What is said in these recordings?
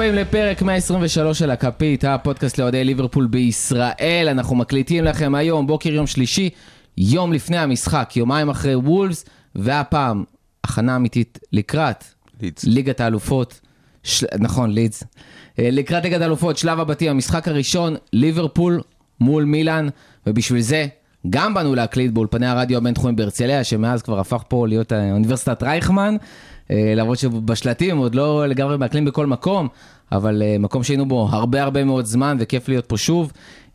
הבאים לפרק 123 של הכפית, הפודקאסט לאוהדי ליברפול בישראל. אנחנו מקליטים לכם היום, בוקר יום שלישי, יום לפני המשחק, יומיים אחרי וולפס, והפעם הכנה אמיתית לקראת ליגת האלופות, נכון, לידס, לקראת ליגת האלופות, שלב הבתים, המשחק הראשון, ליברפול מול מילאן, ובשביל זה גם באנו להקליט באולפני הרדיו הבינתחומי בהרצליה, שמאז כבר הפך פה להיות אוניברסיטת רייכמן, למרות שבשלטים עוד לא לגמרי מעקלים בכל מקום, אבל מקום שהיינו בו הרבה מאוד זמן, וכיף להיות פה שוב.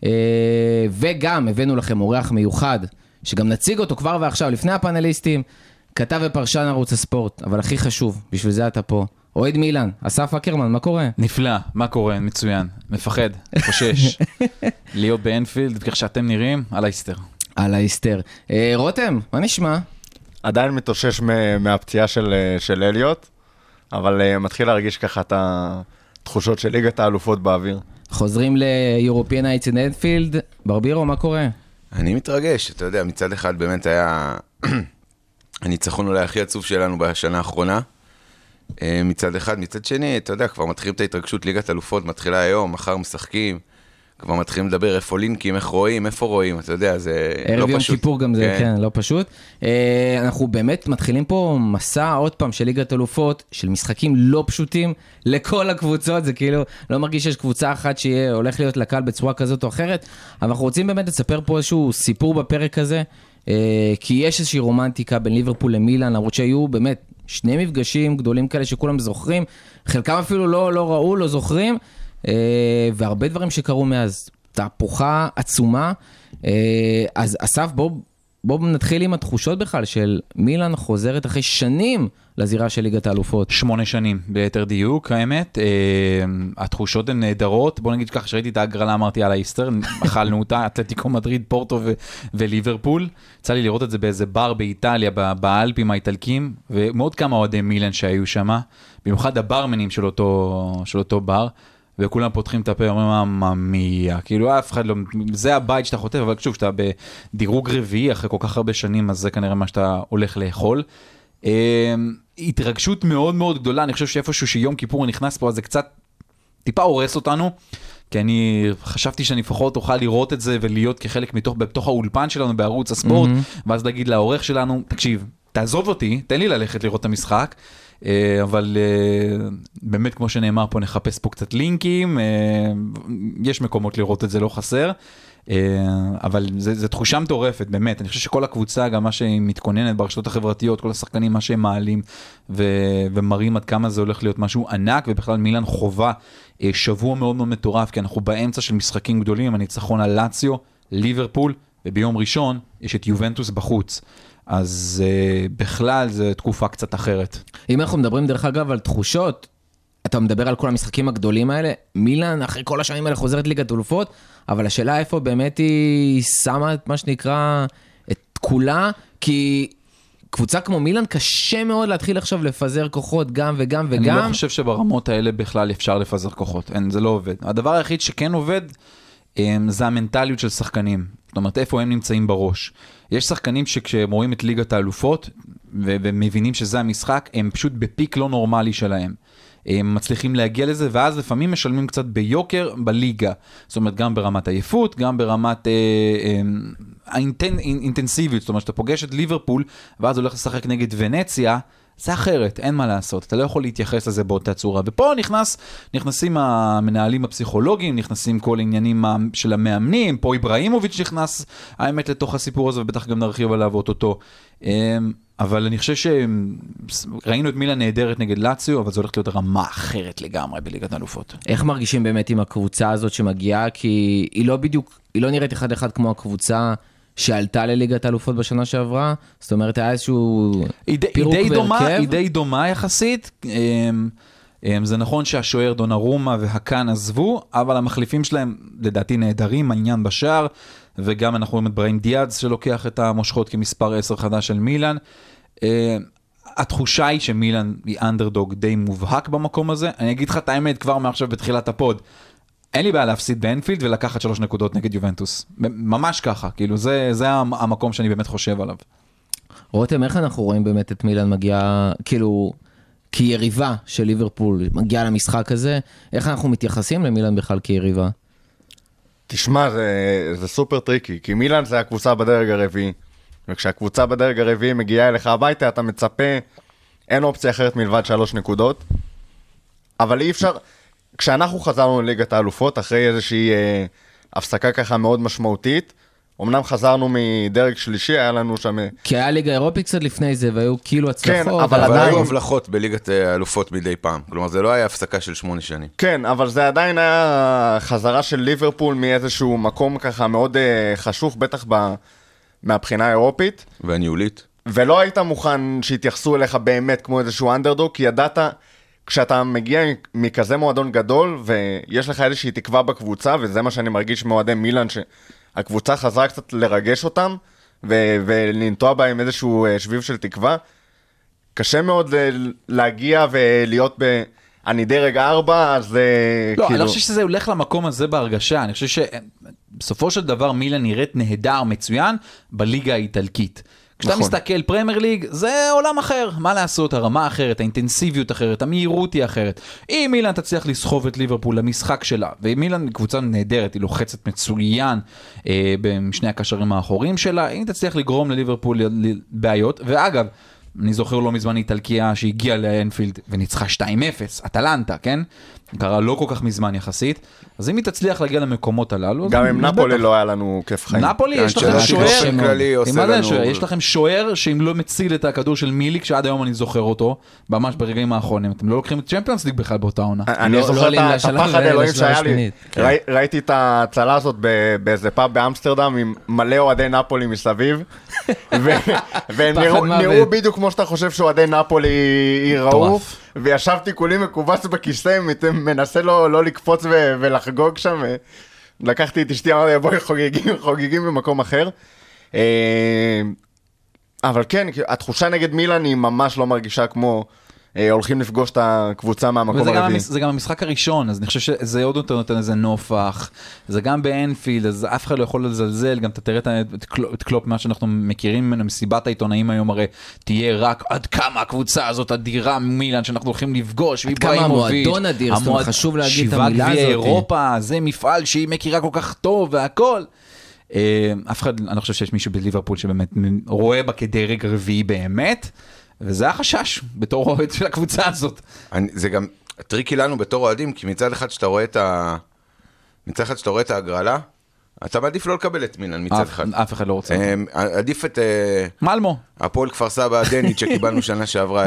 וגם הבאנו לכם אורח מיוחד, שגם נציג אותו כבר ועכשיו, לפני הפאנליסטים, כתב ופרשן ערוץ הספורט, אבל הכי חשוב, בשביל זה אתה פה. אוהד מילאן, אסף אקרמן, מה קורה? נפלא, מה קורה? מצוין. מפחד, חושש. להיות באנפילד, וכך שאתם נראים, על האיסטר. על האיסטר. רותם, מה נשמע? עדיין מתאושש מהפציעה של אליוט, אבל מתחיל להרגיש ככה את התחושות של ליגת האלופות באוויר. חוזרים ליורופיאן נייטס אין אנפילד. ברבירו, מה קורה? אני מתרגש, אתה יודע, מצד אחד באמת היה הניצחון אולי הכי עצוב שלנו בשנה האחרונה, מצד אחד, מצד שני, אתה יודע, כבר מתחילים את ההתרגשות, ליגת אלופות מתחילה היום, מחר משחקים, כבר מתחילים לדבר איפה לינקים, איך רואים, איפה רואים, אתה יודע, זה לא פשוט. ערב יום כיפור גם זה, כן, לא פשוט. אנחנו באמת מתחילים פה מסע עוד פעם של ליגת אלופות, של משחקים לא פשוטים לכל הקבוצות, זה כאילו, לא מרגיש שיש קבוצה אחת שהולך להיות לקהל בצורה כזאת או אחרת, אבל אנחנו רוצים באמת לספר פה איזשהו סיפור בפרק הזה, כי יש איזושהי רומנטיקה בין ליברפול למילאן, למרות שהיו באמת שני מפגשים גדולים כאלה שכולם זוכרים, חלקם אפילו לא ראו, לא זוכרים, והרבה דברים שקרו מאז, תהפוכה עצומה. אז אסף, בואו נתחיל עם התחושות בכלל של מילאן חוזרת אחרי שנים לזירה של ליגת האלופות. 8 שנים ביתר דיוק, האמת. התחושות הן נהדרות. בואו נגיד ככה, שראיתי את ההגרלה, אמרתי על האיסטר, אכלנו אותה, אתלטיקו מדריד, פורטו וליברפול. יצא לי לראות את זה באיזה בר באיטליה, באלפים האיטלקים, ומאוד כמה אוהדי מילאן שהיו שם, במיוחד הברמנים של אותו בר. וכולם פותחים את הפה, אומרים, ממיה, כאילו אף אחד לא, זה הבית שאתה חוטף, אבל שוב, שאתה בדירוג רביעי, אחרי כל כך הרבה שנים, אז זה כנראה מה שאתה הולך לאכול. התרגשות מאוד מאוד גדולה, אני חושב שאיפשהו שיום כיפור נכנס פה, אז זה קצת טיפה הורס אותנו, כי אני חשבתי שאני לפחות אוכל לראות את זה, ולהיות כחלק בתוך האולפן שלנו, בערוץ הספורט, ואז להגיד לעורך שלנו, תקשיב, תעזוב אותי, תן לי ללכת לראות את המשחק, אבל באמת כמו שנאמר פה נחפש פה קצת לינקים, יש מקומות לראות את זה, לא חסר, אבל זה תחושה מטורפת באמת. אני חושב שכל הקבוצה, גם מה שהיא מתכוננת ברשתות החברתיות, כל השחקנים מה שהם מעלים ומראים עד כמה זה הולך להיות משהו ענק, ובכלל מילאן חובה שבוע מאוד מאוד מטורף, כי אנחנו באמצע של משחקים גדולים, הניצחון על לאציו, ליברפול, וביום ראשון יש את יובנטוס בחוץ. אז בכלל זו תקופה קצת אחרת. אם אנחנו מדברים דרך אגב על תחושות, אתה מדבר על כל המשחקים הגדולים האלה, מילאן אחרי כל השנים האלה חוזרת ליגת אלופות, אבל השאלה איפה באמת היא שמה את מה שנקרא את כולה, כי קבוצה כמו מילאן קשה מאוד להתחיל עכשיו לפזר כוחות גם וגם וגם. אני לא חושב שברמות האלה בכלל אפשר לפזר כוחות, זה לא עובד. הדבר היחיד שכן עובד, זה המנטליות של שחקנים. זאת אומרת, איפה הם נמצאים בראש. יש שחקנים שכשהם רואים את ליגת האלופות, ומבינים שזה המשחק, הם פשוט בפיק לא נורמלי שלהם. הם מצליחים להגיע לזה, ואז לפעמים משלמים קצת ביוקר בליגה. זאת אומרת, גם ברמת עייפות, גם ברמת האינטנסיביות. זאת אומרת, שאתה פוגש את ליברפול, ואז הולך לשחק נגד ונציה, זה אחרת, אין מה לעשות. אתה לא יכול להתייחס לזה באותה צורה. ופה נכנסים המנהלים הפסיכולוגיים, נכנסים כל העניינים של המאמנים, פה איברהימוביץ' נכנס, האמת, לתוך הסיפור הזה, ובטח גם נרחיב עליו אותו. אבל אני חושב שראינו את מילאן נהדרת נגד לאציו, אבל זה הולך להיות רמה אחרת לגמרי בליגת האלופות. איך מרגישים באמת עם הקבוצה הזאת שמגיעה? כי היא לא נראית אחד כמו הקבוצה שעלתה לליגת האלופות בשנה שעברה, זאת אומרת, היה איזשהו פירוק והרכב. היא די דומה יחסית, זה נכון שהשוער דונרומה והקאן עזבו, אבל המחליפים שלהם לדעתי נהדרים, העניין בשער, וגם אנחנו רואים את בראים דיאז שלוקח את המושכות כמספר 10 חדש של מילאן. התחושה היא שמילאן היא אנדרדוג די מובהק במקום הזה. אני אגיד לך את האמת כבר מעכשיו בתחילת הפוד, אין לי בעיה להפסיד באנפילד ולקחת 3 נקודות נגד יובנטוס. ממש ככה, כאילו זה המקום שאני באמת חושב עליו. רותם, איך אנחנו רואים באמת את מילאן מגיעה, כאילו, כיריבה של ליברפול מגיעה למשחק הזה, איך אנחנו מתייחסים למילאן בכלל כיריבה? תשמע, זה סופר טריקי, כי מילאן זה הקבוצה בדרג הרביעי, וכשהקבוצה בדרג הרביעי מגיעה אליך הביתה, אתה מצפה, אין אופציה אחרת מלבד 3 נקודות, אבל אי אפשר, כשאנחנו חזרנו לליגת האלופות, אחרי איזושהי הפסקה ככה מאוד משמעותית, אמנם חזרנו מדרג שלישי, היה לנו שם... כי היה ליגה אירופית קצת לפני זה, והיו כאילו הצלחות. כן, אבל אבל עדיין... היו הבלחות בליגת האלופות מדי פעם. כלומר, זה לא היה הפסקה של 8 שנים. כן, אבל זה עדיין היה חזרה של ליברפול מאיזשהו מקום ככה מאוד חשוך, בטח מהבחינה האירופית. והניהולית. ולא היית מוכן שיתייחסו אליך באמת כמו איזשהו אנדרדוג, כי ידעת, כשאתה מגיע מכזה מועדון גדול, ויש לך איזושהי תקווה בקבוצה, וזה מה שאני מרגיש מאוהדי מילאן, שהקבוצה חזרה קצת לרגש אותם, ולנטוע בהם איזשהו שביב של תקווה. קשה מאוד להגיע ולהיות אני דרג 4, אז לא, כאילו... אני לא חושב שזה הולך למקום הזה בהרגשה, אני חושב שבסופו של דבר מילאן נראית נהדר, מצוין, בליגה האיטלקית. כשאתה מסתכל פרמייר ליג, זה עולם אחר, מה לעשות, הרמה אחרת, האינטנסיביות אחרת, המהירות היא אחרת. אם מילאן תצליח לסחוב את ליברפול למשחק שלה, ומילאן קבוצה נהדרת, היא לוחצת מצוין בשני הקשרים האחוריים שלה, אם תצליח לגרום לליברפול בעיות, ואגב, אני זוכר לא מזמן איטלקיה שהגיעה לאנפילד וניצחה 2-0, אטלנטה, כן? קרה לא כל כך מזמן יחסית, אז אם היא תצליח להגיע למקומות הללו... גם עם נפולי לא היה לנו כיף חיים. נפולי, יש לכם שוער, יש לכם שוער שאם לא מציל את הכדור של מיליק, שעד היום אני זוכר אותו, ממש ברגעים האחרונים, אתם לא לוקחים את צ'מפיונס ליג בכלל באותה עונה. אני זוכר את הפחד אלוהים שהיה לי. ראיתי את ההצלה הזאת באיזה פאב באמסטרדם עם מלא אוהדי נפולי מסביב, והם נראו בדיוק כמו שאתה חושב שאוהדי נפולי ייראו, וישבתי כולי מקובץ בכיסא, מנסה לא לקפוץ ולחגוג שם, לקחתי את אשתי, אמרתי, בואי חוגגים במקום אחר. אבל כן, התחושה נגד מילאן היא ממש לא מרגישה כמו הולכים לפגוש את הקבוצה מהמקום הרביעי. וזה גם המשחק הראשון, אז אני חושב שזה עוד יותר נותן איזה נופח, זה גם באנפילד, אז אף אחד לא יכול לזלזל, גם אתה תראה את קלופ, מה שאנחנו מכירים ממנו, מסיבת העיתונאים היום, הרי תהיה רק עד כמה הקבוצה הזאת אדירה מילאן, שאנחנו הולכים לפגוש, עד כמה המועדון אדיר, זאת אומרת, חשוב להגיד את המילה הזאת. שבעת אירופה, זה מפעל שהיא מכירה כל כך טוב והכל. אף אחד, אני לא חושב שיש מישהו בליברפול שבאמת רואה בה כדרג רביעי באמת, וזה החשש בתור אוהד של הקבוצה הזאת. זה גם טריקי לנו בתור אוהדים, כי מצד אחד שאתה רואה את ההגרלה, אתה מעדיף לא לקבל את מילאן מצד אחד. אף אחד לא רוצה. עדיף את... מלמו. הפועל כפר סבא הדנית שקיבלנו שנה שעברה,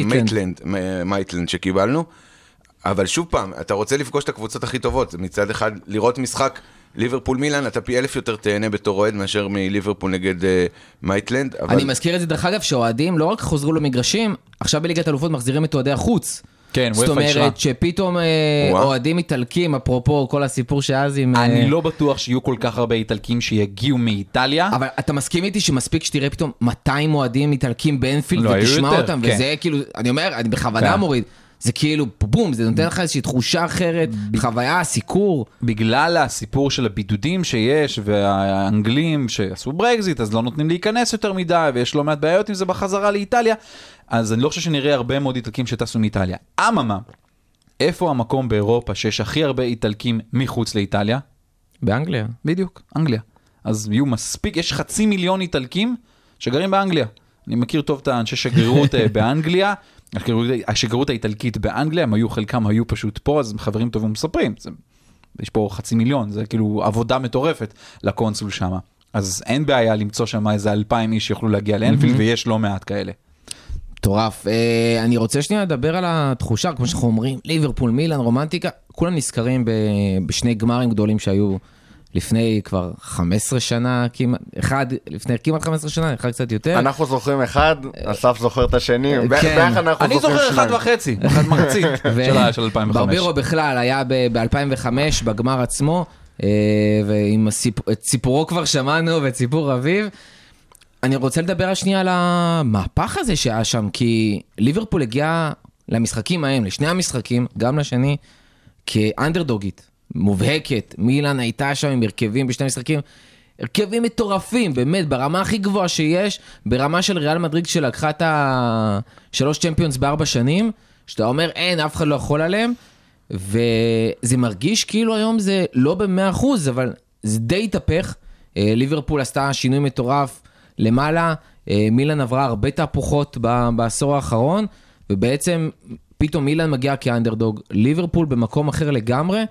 מייטלנד שקיבלנו, אבל שוב פעם, אתה רוצה לפגוש את הקבוצות הכי טובות, מצד אחד לראות משחק ליברפול מילאן, אתה פי 1000 יותר תהנה בתור אוהד מאשר מליברפול נגד מייטלנד. אני מזכיר את זה דרך אגב, שהאוהדים לא רק חוזרו למגרשים, עכשיו בליגת אלופות מחזירים את אוהדי החוץ. כן, זאת אומרת שפתאום אוהדים איטלקים, אפרופו כל הסיפור שאז עם... אני לא בטוח שיהיו כל כך הרבה איטלקים שיגיעו מאיטליה. אבל אתה מסכים איתי שמספיק שתראה פתאום 200 אוהדים איטלקים באנפילד ותשמע אותם, וזה כאילו, אני אומר, אני בכוונה מוריד. זה כאילו, בום, זה נותן לך איזושהי תחושה אחרת, חוויה, סיקור. בגלל הסיפור של הבידודים שיש, והאנגלים שעשו ברקזיט, אז לא נותנים להיכנס יותר מדי, ויש לא מעט בעיות עם זה בחזרה לאיטליה, אז אני לא חושב שנראה הרבה מאוד איטלקים שטסו מאיטליה. אממה, איפה המקום באירופה שיש הכי הרבה איטלקים מחוץ לאיטליה? באנגליה. בדיוק, אנגליה. אז יהיו מספיק, יש 500,000 איטלקים שגרים באנגליה. אני מכיר טוב את האנשי שגרירות באנגליה, השגרירות האיטלקית באנגליה, חלקם היו פשוט פה, אז חברים טובים מספרים, יש פה 500,000, זה כאילו עבודה מטורפת לקונסול שם. אז אין בעיה למצוא שם איזה 2,000 איש שיוכלו להגיע לאנפילד, ויש לא מעט כאלה. מטורף. אני רוצה שנייה לדבר על התחושה, כמו שאנחנו אומרים, ליברפול, מילאן, רומנטיקה, כולם נזכרים בשני גמרים גדולים שהיו לפני כבר 15 שנה, אחד לפני כמעט 15 שנה, אחד קצת יותר. אנחנו זוכרים אחד, אסף זוכר את השני, אני זוכר 1.5, אחד מחצית של 2005. ברבירו בכלל היה ב-2005 בגמר עצמו, ועם סיפורו כבר שמענו, ואת סיפור אביב. אני רוצה לדבר השנייה על המהפך הזה שהיה שם, כי ליברפול הגיע למשחקים ההם, לשני המשחקים, גם לשני, כאנדרדוגית. מובהקת, מילאן הייתה שם עם הרכבים בשני משחקים, הרכבים מטורפים, באמת, ברמה הכי גבוהה שיש, ברמה של ריאל מדריד שלקחה את 3 צ'מפיונס ב4 שנים, שאתה אומר, אין, אף אחד לא יכול עליהם, וזה מרגיש כאילו היום זה לא ב100%, אבל זה די התהפך. ליברפול עשתה שינוי מטורף למעלה, מילאן עברה הרבה תהפוכות בעשור האחרון, ובעצם פתאום מילאן מגיע כאנדרדוג, ליברפול במקום אחר לגמרי,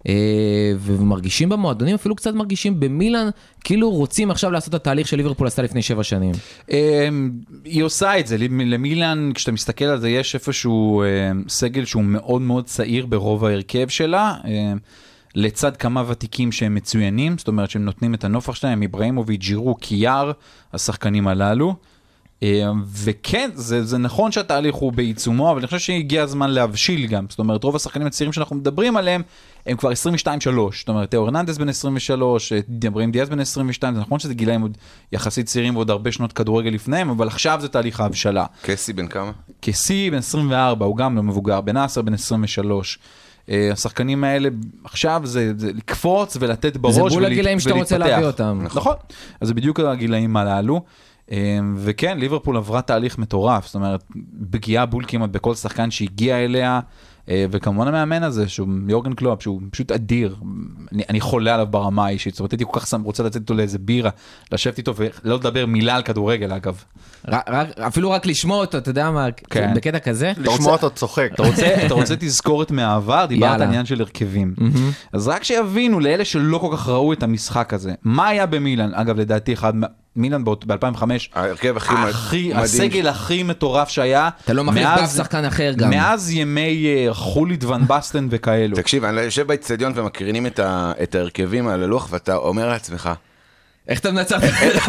ומרגישים במועדונים, אפילו קצת מרגישים במילאן, כאילו רוצים עכשיו לעשות את התהליך של ליברפול עשתה לפני 7 שנים. היא עושה את זה, למילאן, כשאתה מסתכל על זה, יש איפשהו סגל שהוא מאוד מאוד צעיר ברוב ההרכב שלה, לצד כמה ותיקים שהם מצוינים, זאת אומרת שהם נותנים את הנופח שלהם, איברהימוביץ', ג'ירו, קיאר, השחקנים הללו, וכן, זה נכון שהתהליך הוא בעיצומו, אבל אני חושב שהגיע הזמן להבשיל גם, זאת אומרת, רוב השחקנים הצעירים שאנחנו מדברים עליהם, הם כבר 22-3, זאת אומרת, תאו הרננדס בן 23, אברהים דיאז בן 22, זה נכון שזה גילאים עוד יחסית צעירים ועוד הרבה שנות כדורגל לפניהם, אבל עכשיו זה תהליך ההבשלה. קסי בן כמה? קסי בן 24, הוא גם לא מבוגר, בן 10 בן 23, השחקנים האלה עכשיו זה לקפוץ ולתת בראש זה בול הגילאים שאתה רוצה להביא אותם. נכון, אז זה בדיוק הגילאים הללו, וכן, ליברפול עברה תהליך מטורף, זאת אומרת, פגיעה בול כמעט בכל שחקן שהגיע אליה, וכמובן המאמן הזה, שהוא יורגן קלופ, שהוא פשוט אדיר, אני חולה עליו ברמה האישית, זאת אומרת, הייתי כל כך רוצה לצאת איתו לאיזה בירה, לשבת איתו ולא לדבר מילה על כדורגל, אגב. אפילו רק לשמוע אותו, אתה יודע מה, בקטע כזה? לשמוע אותו צוחק. אתה רוצה תזכורת מהעבר, דיברת עניין של הרכבים. אז רק שיבינו לאלה שלא כל כך ראו את המשחק הזה, מה היה במילאן? אגב, לדעתי, מילאן ב-2005, ההרכב הכי הסגל הכי מטורף שהיה, אתה לא מחליף באף שחקן אחר גם. מאז ימי חולית ון בסטן וכאלו. תקשיב, אני יושב באצטדיון ומקרינים את ההרכבים על הלוח, ואתה אומר לעצמך, איך אתה מנצח?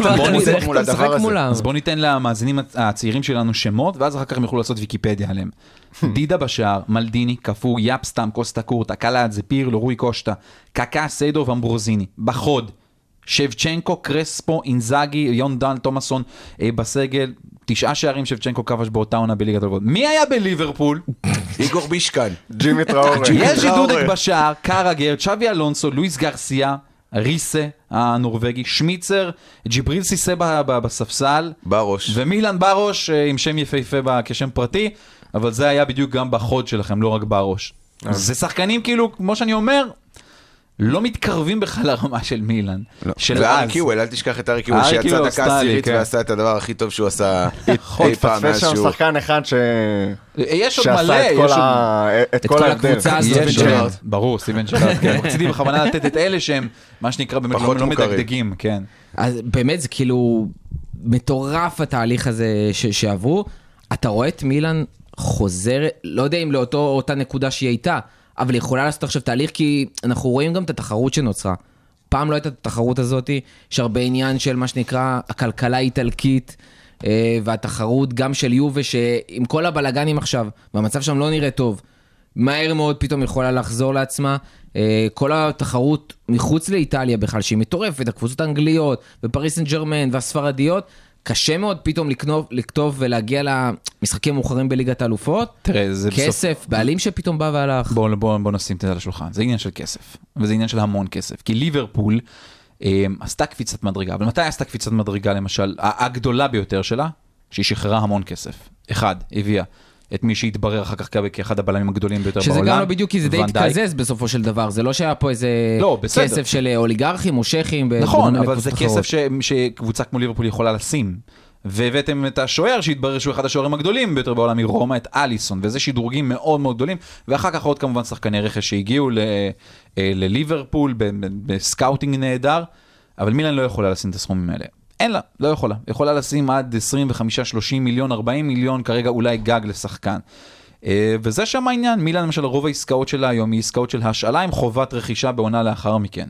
אז בוא ניתן למאזינים הצעירים שלנו שמות, ואז אחר כך הם יוכלו לעשות ויקיפדיה עליהם. דידה בשער, מלדיני, קפו, יפסטם, קוסטה קורטה, קלאדזה, פירלו, רוי קושטה, קקה, סיידור ואמברוזיני. בחוד, שבצ'נקו, קרספו, אינזאגי, יונדן, תומאסון, בסגל, 9 שערים שבצ'נקו כבש באותה עונה בליגת האלופות. מי היה בליברפול? איגור בישקן. ג'ימי טראורי. יש דודק בשער, קארגר, צ'אבי אלונסו, לואיס גרסיה, ריסה הנורווגי, שמיצר, ג'יבריל סיסה בספסל, ברוש. ומילן ברוש עם שם יפהפה כשם פרטי, אבל זה היה בדיוק גם בחוד שלכם, לא רק ברוש. זה שחקנים כאילו, כמו שאני אומר, לא מתקרבים בכלל לרמה של מילאן. וארי קיוול, אל תשכח את ארי קיוול, שיצא דקה עשירית ועשה את הדבר הכי טוב שהוא עשה אי פעם מאז שהוא... יש שם שחקן אחד יש עוד מלא, את כל הקבוצה הזאת. ברור, סטיבן ג'רארד, כן. רציתי בכוונה לתת את אלה שהם, מה שנקרא, באמת לא מדגדגים, כן. אז באמת זה כאילו מטורף התהליך הזה שעברו. אתה רואה את מילאן חוזר, לא יודע אם לאותה נקודה שהיא הייתה, אבל היא יכולה לעשות עכשיו תהליך, כי אנחנו רואים גם את התחרות שנוצרה. פעם לא הייתה את התחרות הזאת, יש הרבה עניין של מה שנקרא הכלכלה האיטלקית, והתחרות גם של יובה, שעם כל הבלגנים עכשיו, והמצב שם לא נראה טוב, מהר מאוד פתאום יכולה לחזור לעצמה, כל התחרות מחוץ לאיטליה בכלל, שהיא מטורפת, הקבוצות האנגליות, ופריס סן ז'רמן והספרדיות, קשה מאוד פתאום לכתוב ולהגיע למשחקים מאוחרים בליגת האלופות. תראה, זה כסף, בעלים שפתאום בא והלך. בוא נשים את זה על השולחן. זה עניין של כסף, וזה עניין של המון כסף. כי ליברפול עשתה קפיצת מדרגה, אבל מתי עשתה קפיצת מדרגה למשל? הגדולה ביותר שלה, שהיא שחררה המון כסף. אחד, הביאה את מי שהתברר אחר כך כאחד הבלמים הגדולים ביותר בעולם. שזה גם לא בדיוק, כי זה די התקזז בסופו של דבר. זה לא שהיה פה איזה כסף של אוליגרכים או שכים. נכון, אבל זה כסף שקבוצה כמו ליברפול יכולה לשים. והבאתם את השוער שהתברר שהוא אחד השוערים הגדולים ביותר בעולם מרומא, את אליסון, וזה שדרוגים מאוד מאוד גדולים, ואחר כך עוד כמובן שחקני רכש שהגיעו לליברפול בסקאוטינג נהדר, אבל מילאן לא יכולה לשים את הסכומים האלה. אין לה, לא יכולה. יכולה לשים עד 25, 30 מיליון, 40 מיליון, כרגע אולי גג לשחקן. וזה שם העניין. מילאן למשל רוב העסקאות שלה היום היא עסקאות של השאלה עם חובת רכישה בעונה לאחר מכן.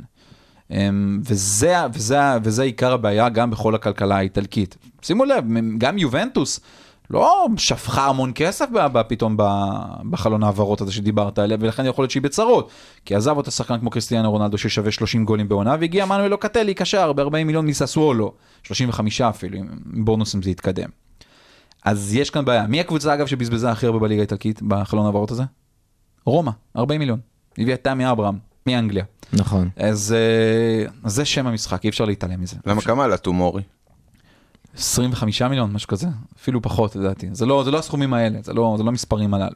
וזה עיקר הבעיה גם בכל הכלכלה האיטלקית. שימו לב, גם יובנטוס לא שפכה המון כסף פתאום בחלון העברות הזה שדיברת עליה, ולכן יכול להיות שהיא בצרות, כי עזב אותה שחקן כמו קריסטיאנו רונלדו ששווה 30 גולים בעונה, והגיע מנואל לוקטלי קשר ב-40 מיליון מססוולו, 35 אפילו, עם בונוסים זה יתקדם. אז יש כאן בעיה. מי הקבוצה אגב שבזבזה הכי הרבה בליגה האיטלקית בחלון העברות הזה? רומא, 40 מיליון. הביאה את תמי אברהם, מאנגליה. נכון. אז זה שם המשחק, אי אפשר להתעלם מזה. למה כמה עלה טומורי? 25 מיליון, משהו כזה, אפילו פחות לדעתי. זה לא הסכומים האלה, זה לא המספרים הללו.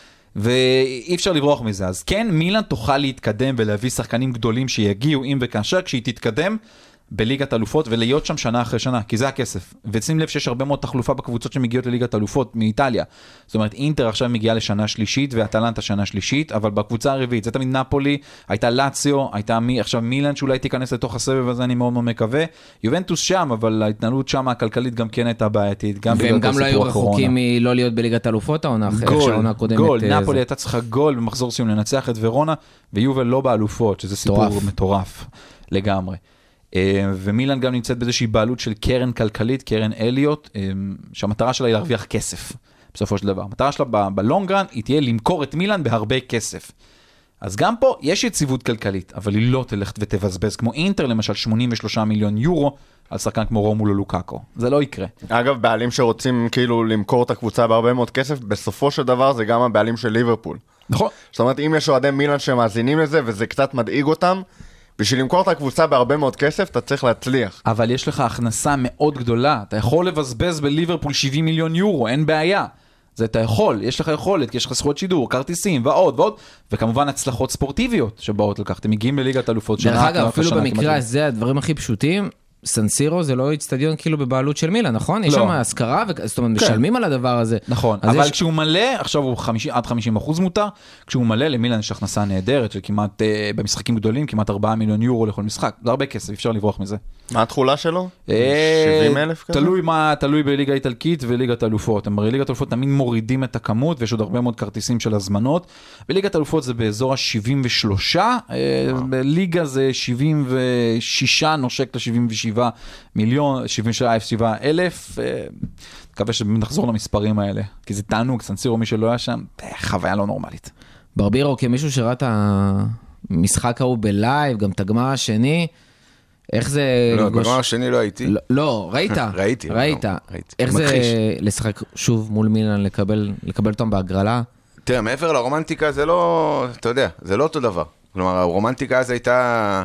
ואי אפשר לברוח מזה. אז כן, מילאן תוכל להתקדם ולהביא שחקנים גדולים שיגיעו אם וכאשר, כשהיא תתקדם בליגת אלופות ולהיות שם שנה אחרי שנה, כי זה הכסף. ושים לב שיש הרבה מאוד תחלופה בקבוצות שמגיעות לליגת אלופות מאיטליה. זאת אומרת, אינטר עכשיו מגיעה לשנה שלישית, ואטלנטה שנה שלישית, אבל בקבוצה הרביעית, זה תמיד נפולי, הייתה לאציו, הייתה עכשיו מילאן שאולי תיכנס לתוך הסבב הזה, אני מאוד מאוד מקווה. יובנטוס שם, אבל ההתנהלות שם הכלכלית גם כן הייתה בעייתית. והם גם לא היו רחוקים מלא להיות בליגת אלופות העונה, גול, נפולי הייתה צריכה גול במחזור סיום לנצח את ורונה, ויובל לא באלופות, שזה סיפור מטורף לגמרי. ומילאן גם נמצאת באיזושהי בעלות של קרן כלכלית, קרן אליוט, שהמטרה שלה היא להרוויח כסף, בסופו של דבר. המטרה שלה בלונגרן היא תהיה למכור את מילאן בהרבה כסף. אז גם פה יש יציבות כלכלית, אבל היא לא תלך ותבזבז, כמו אינטר למשל 83 מיליון יורו, על שחקן כמו רומולו לוקאקו. זה לא יקרה. אגב, בעלים שרוצים כאילו למכור את הקבוצה בהרבה מאוד כסף, בסופו של דבר זה גם הבעלים של ליברפול. נכון. זאת אומרת, אם יש אוהדי מילאן שמאזינים לזה, וזה קצת מדאיג אותם, בשביל למכור את הקבוצה בהרבה מאוד כסף, אתה צריך להצליח. אבל יש לך הכנסה מאוד גדולה. אתה יכול לבזבז בליברפול 70 מיליון יורו, אין בעיה. זה אתה יכול, יש לך יכולת, כי יש לך זכויות שידור, כרטיסים ועוד ועוד, וכמובן הצלחות ספורטיביות שבאות לכך. אתם מגיעים לליגת אלופות שנה. דרך אגב, אפילו במקרה הזה, הדברים הכי פשוטים, סנסירו זה לא אצטדיון כאילו בבעלות של מילה, נכון? יש שם השכרה, זאת אומרת, משלמים על הדבר הזה. נכון, אבל כשהוא מלא, עכשיו הוא עד 50% מותר, כשהוא מלא למילאן יש הכנסה נהדרת, של כמעט, במשחקים גדולים, כמעט 4 מיליון יורו לכל משחק. זה הרבה כסף, אפשר לברוח מזה. מה התחולה שלו? 70,000 כזה? תלוי בליגה איטלקית וליגת אלופות. בליגת אלופות תמיד מורידים את הכמות, ויש עוד הרבה מאוד כרטיסים של הזמנות. בליגת אלופות זה באזור ה-73, בליגה זה 76, נושק ל-77 מיליון, 77,000. מקווה שנחזור למספרים האלה, כי זה תענוג, סנסירו, מי שלא היה שם, חוויה לא נורמלית. ברבירו, כמישהו שראה את המשחק ההוא בלייב, גם את הגמר השני, איך זה... לא, בגמר השני לא הייתי. לא, ראית. ראית. איך זה לשחק שוב מול מילאן, לקבל אותם בהגרלה? תראה, מעבר לרומנטיקה זה לא, אתה יודע, זה לא אותו דבר. כלומר, הרומנטיקה אז הייתה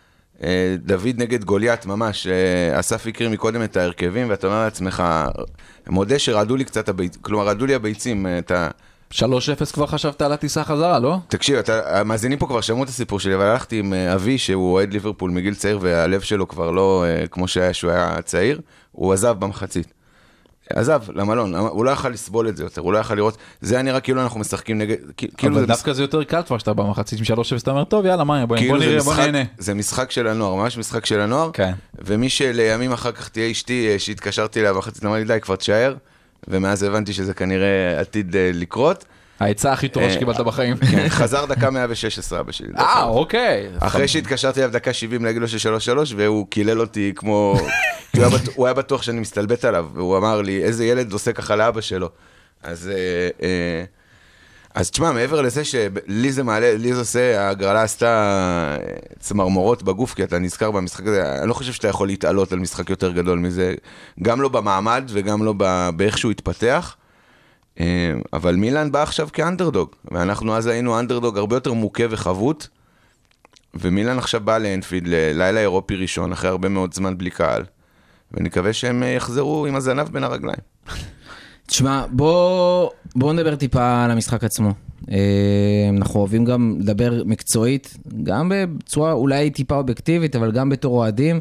דוד נגד גוליית ממש. אסף הקריא מקודם את ההרכבים, ואתה אומר לעצמך, מודה שרעדו לי קצת הביצים, כלומר, רעדו לי הביצים, אתה... 3-0 כבר חשבת על הטיסה חזרה, לא? תקשיב, המאזינים פה כבר שמעו את הסיפור שלי, אבל הלכתי עם אבי, שהוא אוהד ליברפול מגיל צעיר, והלב שלו כבר לא כמו שהיה שהוא היה צעיר, הוא עזב במחצית. עזב למלון, הוא לא יכל לסבול את זה יותר, הוא לא יכל לראות, זה היה נראה כאילו אנחנו משחקים נגד... אבל דווקא זה יותר קל כבר שאתה במחצית עם 3-0, אתה אומר, טוב, יאללה, מה, בוא נראה, בוא נהנה. זה משחק של הנוער, ממש משחק של הנוער, ומי שלימים אחר כך תהיה אשתי, שהתקשרתי אליה במחצית, אמרה לי, די, כבר תשאר, ומאז הבנתי שזה כנראה עתיד לקרות. העצה הכי טובה שקיבלת בחיים. חזר דקה 116 אבא שלי. אוקיי. אחרי שהתקשרתי אליו דקה 70 להגיד לו ש3-3, והוא קילל אותי כמו... הוא היה בטוח שאני מסתלבט עליו, והוא אמר לי, איזה ילד עושה ככה לאבא שלו. אז תשמע, מעבר לזה שלי זה מעלה, לי זה עושה, ההגרלה עשתה צמרמורות בגוף, כי אתה נזכר במשחק הזה, אני לא חושב שאתה יכול להתעלות על משחק יותר גדול מזה, גם לא במעמד וגם לא באיך שהוא התפתח, אבל מילאן בא עכשיו כאנדרדוג, ואנחנו אז היינו אנדרדוג הרבה יותר מוכה וחבוט, ומילאן עכשיו בא לאנפילד ללילה אירופי ראשון, אחרי הרבה מאוד זמן בלי קהל, ונקווה שהם יחזרו עם הזנב בין הרגליים. תשמע, בוא נדבר טיפה על המשחק עצמו. אנחנו אוהבים גם לדבר מקצועית, גם בצורה אולי טיפה אובייקטיבית, אבל גם בתור אוהדים.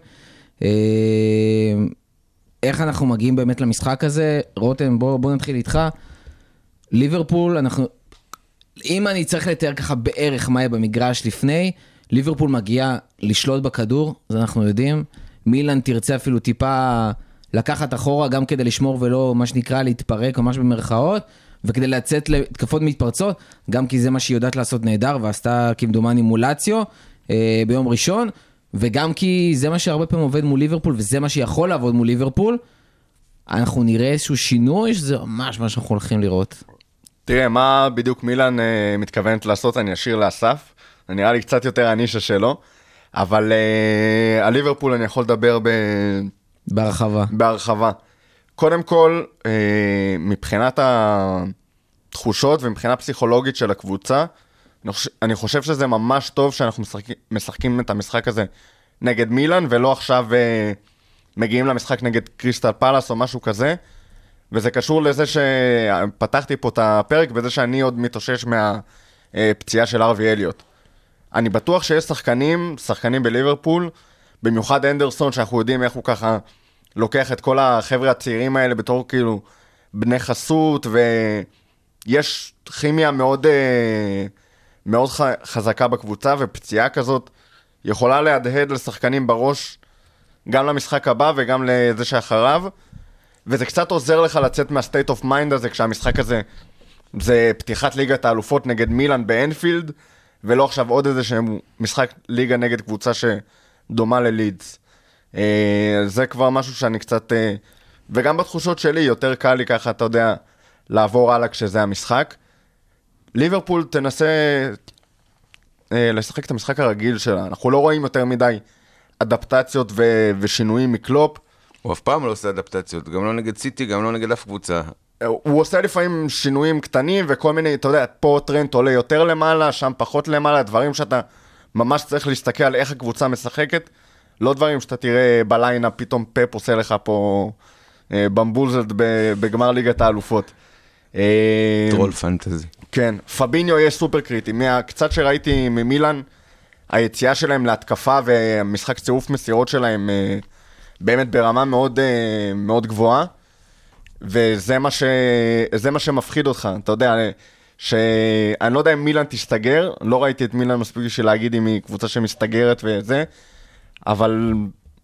איך אנחנו מגיעים באמת למשחק הזה? רותם, בוא נתחיל איתך. ליברפול, אם אני צריך לתאר ככה בערך מה יהיה במגרש לפני, ליברפול מגיעה לשלוט בכדור, אז אנחנו יודעים. מילאן תרצה אפילו טיפה לקחת אחורה, גם כדי לשמור ולא מה שנקרא להתפרק, ממש במרכאות, וכדי לצאת להתקפות מתפרצות, גם כי זה מה שהיא יודעת לעשות נהדר, ועשתה כמדומני מולציו ביום ראשון, וגם כי זה מה שהרבה פעמים עובד מול ליברפול, וזה מה שיכול לעבוד מול ליברפול, אנחנו נראה איזשהו שינוי, שזה ממש מה שאנחנו הולכים לראות. תראה, מה בדיוק מילאן מתכוונת לעשות, אני אשאיר לאסף, זה נראה לי קצת יותר הנישה שלו, אבל על ליברפול אני יכול לדבר בהרחבה. קודם כל, מבחינת התחושות ומבחינה פסיכולוגית של הקבוצה, אני חושב שזה ממש טוב שאנחנו משחקים את המשחק הזה נגד מילאן, ולא עכשיו מגיעים למשחק נגד קריסטל פלאס או משהו כזה, וזה קשור לזה שפתחתי פה את הפרק, בזה שאני עוד מתאושש מהפציעה של ארווי אליוט. אני בטוח שיש שחקנים בליברפול, במיוחד אנדרסון, שאנחנו יודעים איך הוא ככה לוקח את כל החבר'ה הצעירים האלה בתור כאילו בני חסות, ויש כימיה מאוד, מאוד חזקה בקבוצה, ופציעה כזאת יכולה להדהד לשחקנים בראש, גם למשחק הבא וגם לזה שאחריו, וזה קצת עוזר לך לצאת מהסטייט אוף מיינד הזה, כשהמשחק הזה זה פתיחת ליגת האלופות נגד מילאן באנפילד, ולא עכשיו עוד איזה שהם משחק ליגה נגד קבוצה שדומה ללידס. זה כבר משהו שאני קצת, וגם בתחושות שלי יותר קל לי ככה, אתה יודע, לעבור הלאה כשזה המשחק. ליברפול תנסה לשחק את המשחק הרגיל שלה, אנחנו לא רואים יותר מדי אדפטציות ושינויים מקלופ. הוא אף פעם לא עושה אדפטציות, גם לא נגד סיטי, גם לא נגד אף קבוצה. הוא עושה לפעמים שינויים קטנים וכל מיני, אתה יודע, פה טרנט עולה יותר למעלה, שם פחות למעלה, דברים שאתה ממש צריך להסתכל על איך הקבוצה משחקת, לא דברים שאתה תראה בליינה, פתאום פפ עושה לך פה במבולזלד בגמר ליגת האלופות. טרול פנטזי. כן, פביניו יהיה סופר קריטי, מהקצת שראיתי ממילן, היציאה שלהם להתקפה ומשחק צירוף מסירות שלהם באמת ברמה מאוד, מאוד גבוהה, וזה מה שמפחיד אותך, אתה יודע, שאני לא יודע אם מילן תסתגר, לא ראיתי את מילן מספיק בשביל להגיד אם היא קבוצה שמסתגרת וזה, אבל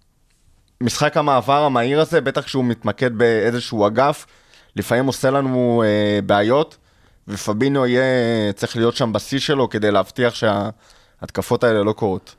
משחק המעבר המהיר הזה, בטח כשהוא מתמקד באיזשהו אגף, לפעמים עושה לנו בעיות, ופביניו יהיה צריך להיות שם בשיא שלו, כדי להבטיח שההתקפות האלה לא קורות.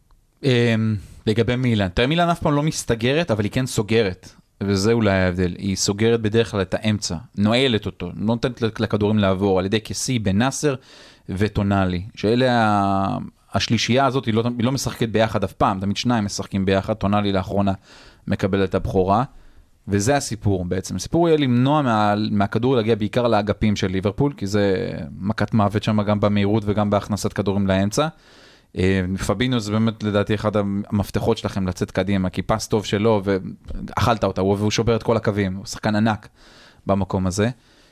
לגבי מילן, תראה מילן אף פעם לא מסתגרת, אבל היא כן סוגרת, וזה אולי ההבדל, היא סוגרת בדרך כלל את האמצע, נועלת אותו, לא נותנת לכדורים לעבור, על ידי קסי, בן נאסר וטונאלי, שאלה השלישייה הזאת, היא לא משחקת ביחד אף פעם, תמיד שניים משחקים ביחד, טונאלי לאחרונה מקבל את הבחורה, וזה הסיפור בעצם, הסיפור יהיה למנוע מהכדור להגיע בעיקר לאגפים של ליברפול, כי זה מכת מוות שם גם במהירות וגם בהכנסת כדורים לאמצע, פביניו זה באמת לדעתי אחד המפתחות שלכם לצאת קדימה, כי פס טוב שלו ואכלת אותה, והוא שובר את כל הקווים, הוא שחקן ענק במקום הזה.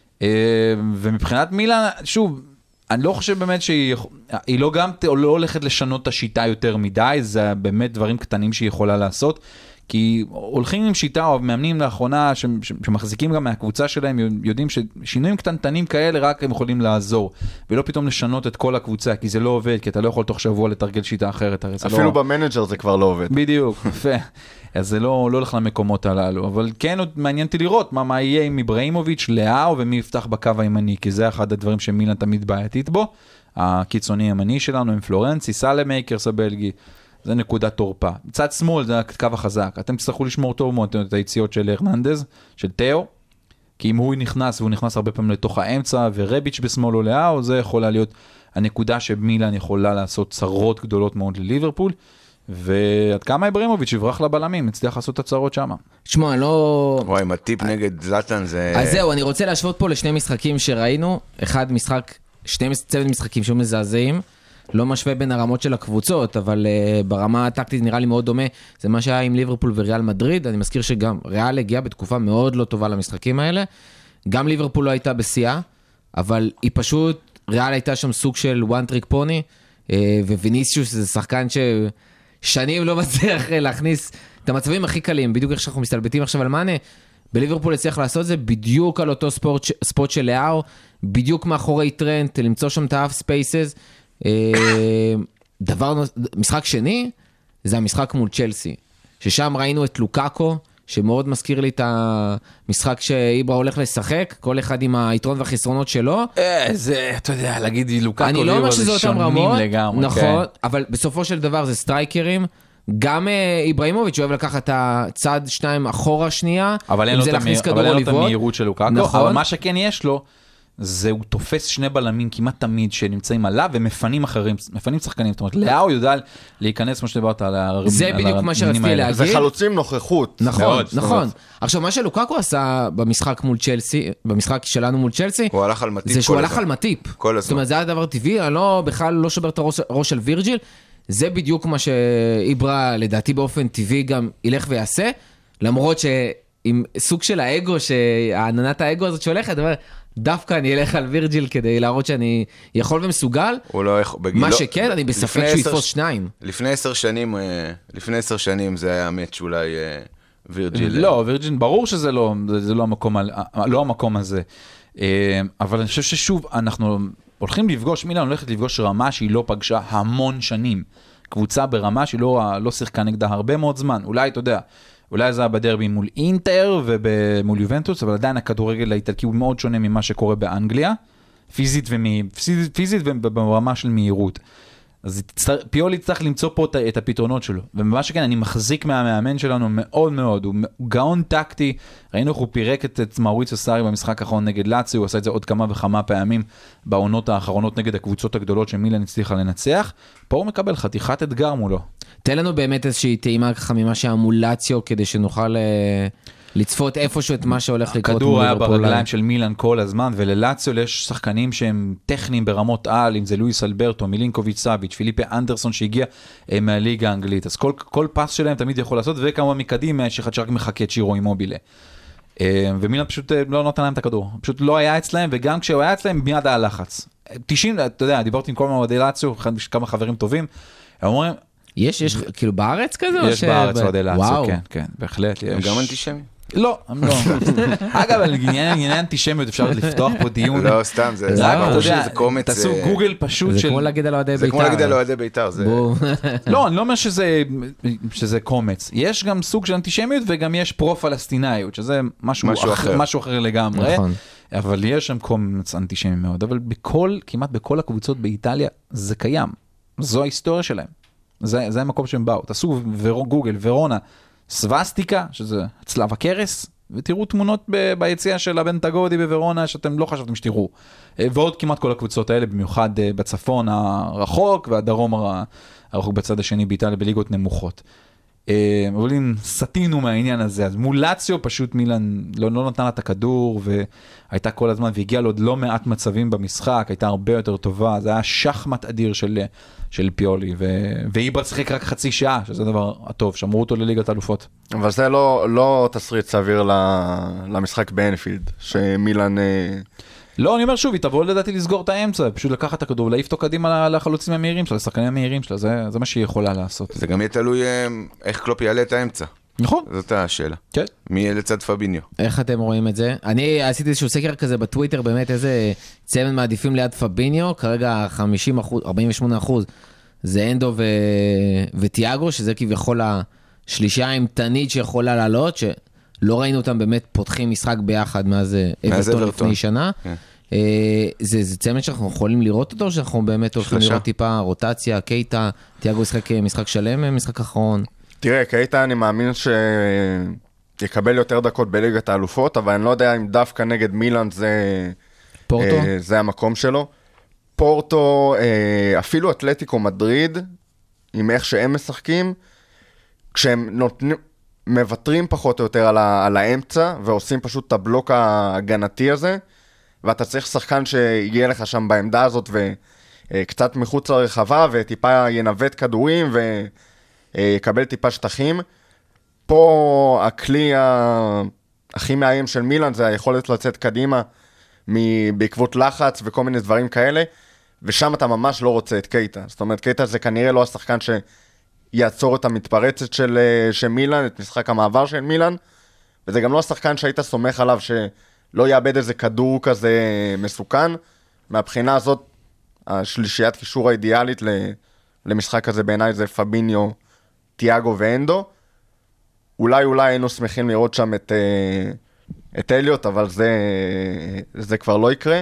ומבחינת מילה, שוב, אני לא חושב באמת שהיא לא גם לא הולכת לשנות את השיטה יותר מדי, זה באמת דברים קטנים שהיא יכולה לעשות, כי הולכים עם שיטה או מאמנים לאחרונה שמחזיקים גם מהקבוצה שלהם, יודעים ששינויים קטנטנים כאלה רק הם יכולים לעזור, ולא פתאום לשנות את כל הקבוצה, כי זה לא עובד, כי אתה לא יכול תוך שבוע לתרגל שיטה אחרת. אפילו במנג'ר זה כבר לא עובד. בדיוק, יפה. אז זה לא הולך למקומות הללו, אבל כן עוד מעניין אותי לראות מה יהיה עם איברהימוביץ', לאו ומי יפתח בקו הימני, כי זה אחד הדברים שמילן תמיד בעייתית בו, הקיצוני הימני שלנו עם פלורנצי, סלמייקרס הבלגי, זה נקודת תורפה. מצד שמאל זה הקו החזק. אתם תצטרכו לשמור טוב מאוד את היציאות של הרננדז, של תאו, כי אם הוא נכנס, והוא נכנס הרבה פעמים לתוך האמצע, ורביץ' בשמאל או לאו, זה יכולה להיות הנקודה שמילן יכולה לעשות צרות גדולות מאוד לליברפול, ועד כמה איברהימוביץ' יברח לבלמים, הצליח לעשות את הצרות שם. תשמע, אני לא... וואי, עם הטיפ נגד זלאטן זה... אז זהו, אני רוצה להשוות פה לשני משחקים שראינו, אחד משחק, צוות משחקים שהוא מזעזעים, לא משווה בין הרמות של הקבוצות, אבל ברמה הטקטית נראה לי מאוד דומה, זה מה שהיה עם ליברפול וריאל מדריד, אני מזכיר שגם ריאל הגיעה בתקופה מאוד לא טובה למשחקים האלה, גם ליברפול לא הייתה בשיאה, אבל היא פשוט, ריאל הייתה שם סוג של one trick pony, וויניסיוס זה שחקן ששנים לא מצליח להכניס את המצבים הכי קלים, בדיוק איך שאנחנו מסתלבטים עכשיו על מאנה, בליברפול הצליח לעשות זה בדיוק על אותו ספוט של לאו, בדיוק מאחורי טרנט, למצוא שם את האף ספייסס, משחק שני זה המשחק מול צ'לסי, ששם ראינו את לוקאקו, שמאוד מזכיר לי את המשחק שאיברה הולך לשחק, כל אחד עם היתרון והחסרונות שלו. זה, אתה יודע, להגיד לוקאקו, אני לא אומר שזה אותם רמות, נכון, כן. אבל בסופו של דבר זה סטרייקרים, גם איברהימוביץ' אוהב לקחת את הצד שניים אחורה שנייה, אבל אין לו את המהירות של לוקאקו, נכון. אבל מה שכן יש לו, זה הוא תופס שני בלמים כמעט תמיד שנמצאים עליו, ומפנים אחרים, מפנים שחקנים, זאת אומרת, לאו יודע להיכנס, כמו שדיברת על הרבים. זה בדיוק מה שרציתי להגיד. זה חלוצים נוכחות. נכון, נכון. עכשיו, מה שלוקאקו עשה במשחק מול צ'לסי, במשחק שלנו מול צ'לסי, הוא הלך על מטיפ. זה שהוא הלך על מטיפ. כל הזמן. זאת אומרת, זה היה דבר טבעי, אני בכלל לא שובר את הראש של וירג'יל, זה בדיוק מה שאיברה, לדעתי באופן טבעי גם ילך ויעשה, למרות שעם סוג של האגו, העננת האגו הזאת שהולכת, דווקא אני אלך על וירג'יל כדי להראות שאני יכול ומסוגל. הוא לא יכול, מה שכן, אני בספק שהוא יתפוס 2. לפני 10 שנים זה היה מאץ' אולי וירג'יל. לא, וירג'יל, ברור שזה לא המקום הזה. אבל אני חושב ששוב, אנחנו הולכים לפגוש, מילאן הולכת לפגוש רמה שהיא לא פגשה המון שנים. קבוצה ברמה שהיא לא שיחקה נגדה הרבה מאוד זמן. אולי, אתה יודע, אולי זה היה בדרבי מול אינטר ומול יובנטוס, אבל עדיין הכדורגל האיטלקי הוא מאוד שונה ממה שקורה באנגליה, פיזית וברמה של מהירות. אז פיולי צריך למצוא פה את הפתרונות שלו. ומה שכן, אני מחזיק מהמאמן שלנו מאוד מאוד, הוא גאון טקטי, ראינו איך הוא פירק את מאוריציו סארי במשחק האחרון נגד לאציו, הוא עשה את זה עוד כמה וכמה פעמים בעונות האחרונות נגד הקבוצות הגדולות שמילאן הצליחה לנצח, פה הוא מקבל חתיכת אתגר מולו. תן לנו באמת איזושהי טעימה ככה ממה שהמולציו, כדי שנוכל לצפות איפשהו את מה שהולך לקרות. הכדור היה ברגליים של מילאן כל הזמן, וללאציו יש שחקנים שהם טכניים ברמות על, אם זה לואיס אלברטו, מילינקוביץ' סאביץ', פיליפה אנדרסון שהגיע מהליגה האנגלית. אז כל פס שלהם תמיד יכול לעשות, וכמובן מקדים שאחד שרק מחכה את שירו אימובילה. ומילאן פשוט לא נותן להם את הכדור. פשוט לא היה אצלהם, וגם כשהוא היה אצלהם, מיד היה לחץ. 90, אתה יודע, דיברתי עם כל מועדי לאציו, כמה חברים טובים, הם אומרים, יש כאילו בארץ כזה? יש בארץ מועדי לאציו, כן, כן, בהחלט יש. גם אנטישמי? לא, הם לא. אגב, על עניין אנטישמיות אפשר לפתוח פה דיון. לא, סתם, זה קומץ. תעשו גוגל פשוט. זה כמו להגיד על אוהדי בית"ר. זה כמו להגיד על אוהדי בית"ר. לא, אני לא אומר שזה קומץ. יש גם סוג של אנטישמיות וגם יש פרו-פלסטינאיות, שזה משהו אחר לגמרי. אבל יש שם קומץ אנטישמי מאוד. אבל כמעט בכל הקבוצות באיטליה זה קיים. זו ההיסטוריה שלהם. זה המקום שהם באו. תעשו גוגל, ורונה, סווסטיקה, שזה צלב הקרס, ותראו תמונות ביציאה של הבן תגודי בוורונה, שאתם לא חשבתם שתראו. ועוד כמעט כל הקבוצות האלה, במיוחד בצפון הרחוק, והדרום הרחוק בצד השני באיטליה, בליגות נמוכות. אבל אם סטינו מהעניין הזה, אז מול לאציו פשוט מילאן לא נתן לה את הכדור, והייתה כל הזמן, והגיעה לו עוד לא מעט מצבים במשחק, הייתה הרבה יותר טובה, זה היה שחמט אדיר של פיולי, ואיברה שיחק רק חצי שעה, שזה דבר הטוב, שמרו אותו לליגת האלופות. אבל זה לא תסריט סביר למשחק באנפילד, שמילאן... לא, אני אומר שוב, היא תבוא לדעתי לסגור את האמצע, פשוט לקחת את הכדור, להעיף אותו קדימה לחלוצים המהירים שלה, לשחקנים המהירים שלה, זה מה שהיא יכולה לעשות. זה גם יהיה תלוי איך קלופ יעלה את האמצע. נכון. זאת השאלה. כן. מי יהיה לצד פביניו. איך אתם רואים את זה? אני עשיתי איזשהו סקר כזה בטוויטר, באמת איזה צמד מעדיפים ליד פביניו, כרגע 48% זה אנדו וטיאגו, שזה כביכול השלישה האימתנית שיכולה לעלות, לא ראינו אותם באמת פותחים משחק ביחד מאז אברטון לפני שנה. זה צמד שאנחנו יכולים לראות אותו, שאנחנו באמת הולכים לראות טיפה רוטציה, קייטה, תיאגו ישחק משחק שלם, משחק אחרון. תראה, קייטה אני מאמין שיקבל יותר דקות בליגת האלופות, אבל אני לא יודע אם דווקא נגד מילאן זה המקום שלו. פורטו, אפילו אתלטיקו מדריד, עם איך שהם משחקים, כשהם נותנים... מבטרים פחות או יותר על האמצע, ועושים פשוט את הבלוק ההגנתי הזה, ואתה צריך שחקן שיהיה לך שם בעמדה הזאת, וקצת מחוץ לרחבה, וטיפה ינווט כדורים, ויקבל טיפה שטחים. פה הכלי הכי מאיים של מילאן, זה היכולת לצאת קדימה, בעקבות לחץ וכל מיני דברים כאלה, ושם אתה ממש לא רוצה את קייטה. זאת אומרת, קייטה זה כנראה לא השחקן יעצור את המתפרצת של מילאן, את משחק המעבר של מילאן, וזה גם לא השחקן שהיית סומך עליו שלא יאבד איזה כדור כזה מסוכן. מהבחינה הזאת, השלישיית קישור האידיאלית למשחק הזה בעיניי זה פביניו, תיאגו ואנדו. אולי היינו שמחים לראות שם את אליוט, אבל זה כבר לא יקרה.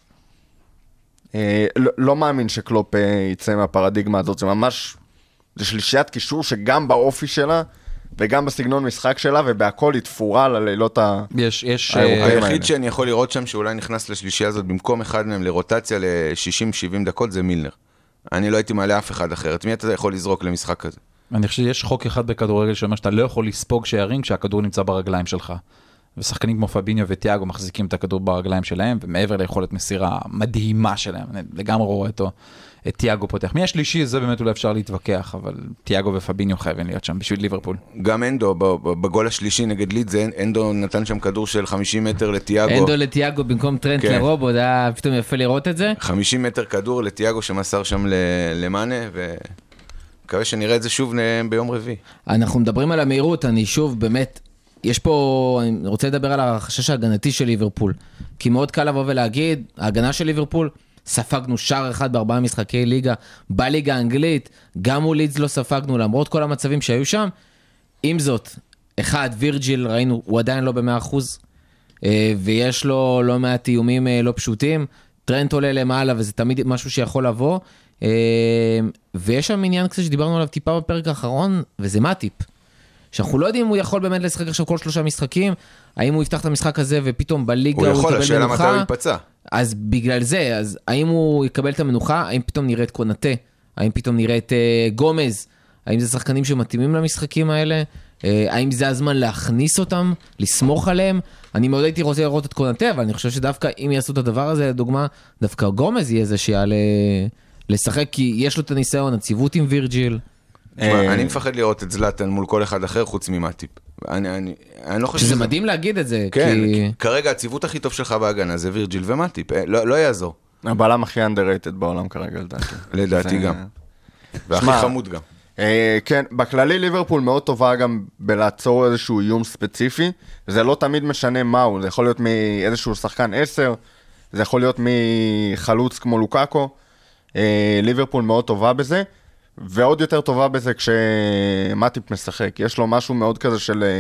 לא מאמין שקלופ יצא מהפרדיגמה הזאת, זה ממש... זה שלישיית קישור שגם באופי שלה, וגם בסגנון משחק שלה, ובהכל היא תפורה ללילות האירופאים. היחיד שאני יכול לראות שם, שאולי נכנס לשלישייה הזאת, במקום אחד מהם לרוטציה ל-60-70 דקות, זה מילנר. אני לא הייתי מעלה אף אחד אחרת. מי אתה יכול לזרוק למשחק הזה? אני חושב שיש חוק אחד בכדורגל שאומר שאתה לא יכול לספוג שערים כשהכדור נמצא ברגליים שלך. ושחקנים כמו פביניו וטיאגו מחזיקים את הכדור ברגליים שלהם, ומעבר ליכולת מסירה מדהימה שלהם, אני לגמרי רואה אותו, את טיאגו פותח. מי השלישי, זה באמת אולי אפשר להתווכח, אבל טיאגו ופביניו חייבים להיות שם בשביל ליברפול. גם אנדו, בגול השלישי נגד לידס, אנדו נתן שם כדור של 50 מטר לטיאגו. אנדו לטיאגו במקום טרנט לרובוט, היה פתאום יפה לראות את זה. 50 מטר כדור לטיאגו שמסר שם למאנה, ומקווה שנראה את זה שוב ביום רביעי. אנחנו מדברים על המהירות, אני שוב באמת, יש פה, אני רוצה לדבר על החשש ההגנתי של ליברפול, כי מאוד קל לבוא ולהגיד, ההגנה של ליברפול, ספגנו שער אחד ב4 משחקי ליגה, בליגה האנגלית, גם מול לידס לא ספגנו, למרות כל המצבים שהיו שם. עם זאת, אחד, וירג'יל, ראינו, הוא עדיין לא ב100%, ויש לו לא מעט איומים לא פשוטים, טרנט עולה למעלה, וזה תמיד משהו שיכול לבוא, ויש שם עניין כזה שדיברנו עליו טיפה בפרק האחרון, וזה מאטיפ. שאנחנו לא יודעים אם הוא יכול באמת לשחק עכשיו כל 3 משחקים, האם הוא יפתח את המשחק הזה ופתאום בליגה הוא יקבל השאלה מנוחה. מתי הוא יפצע. אז בגלל זה, אז האם הוא יקבל את המנוחה, האם פתאום נראה את קונטה, האם פתאום נראה את גומז, האם זה שחקנים שמתאימים למשחקים האלה, האם זה הזמן להכניס אותם, לסמוך עליהם. אני מאוד הייתי רוצה לראות את קונטה, אבל אני חושב שדווקא אם יעשו את הדבר הזה, לדוגמה, דווקא גומז יהיה זה שיעלה לשחק, כי יש לו את הניסיון, הציוות עם וירג'יל. אני מפחד לראות את זלאטן מול כל אחד אחר חוץ ממאטיפ. אני לא חושב שזה מדהים להגיד את זה. כן, כרגע הציוות הכי טוב שלך בהגנה זה וירג'יל ומאטיפ, לא יעזור. הבעלם הכי underrated בעולם כרגע, לדעתי. לדעתי גם. והכי חמוד גם. כן, בכללי ליברפול מאוד טובה גם בלעצור איזשהו איום ספציפי, זה לא תמיד משנה מהו, זה יכול להיות מאיזשהו שחקן 10, זה יכול להיות מחלוץ כמו לוקאקו, ליברפול מאוד טובה בזה, ועוד יותר טובה בזה כשמאטיפ משחק, יש לו משהו מאוד כזה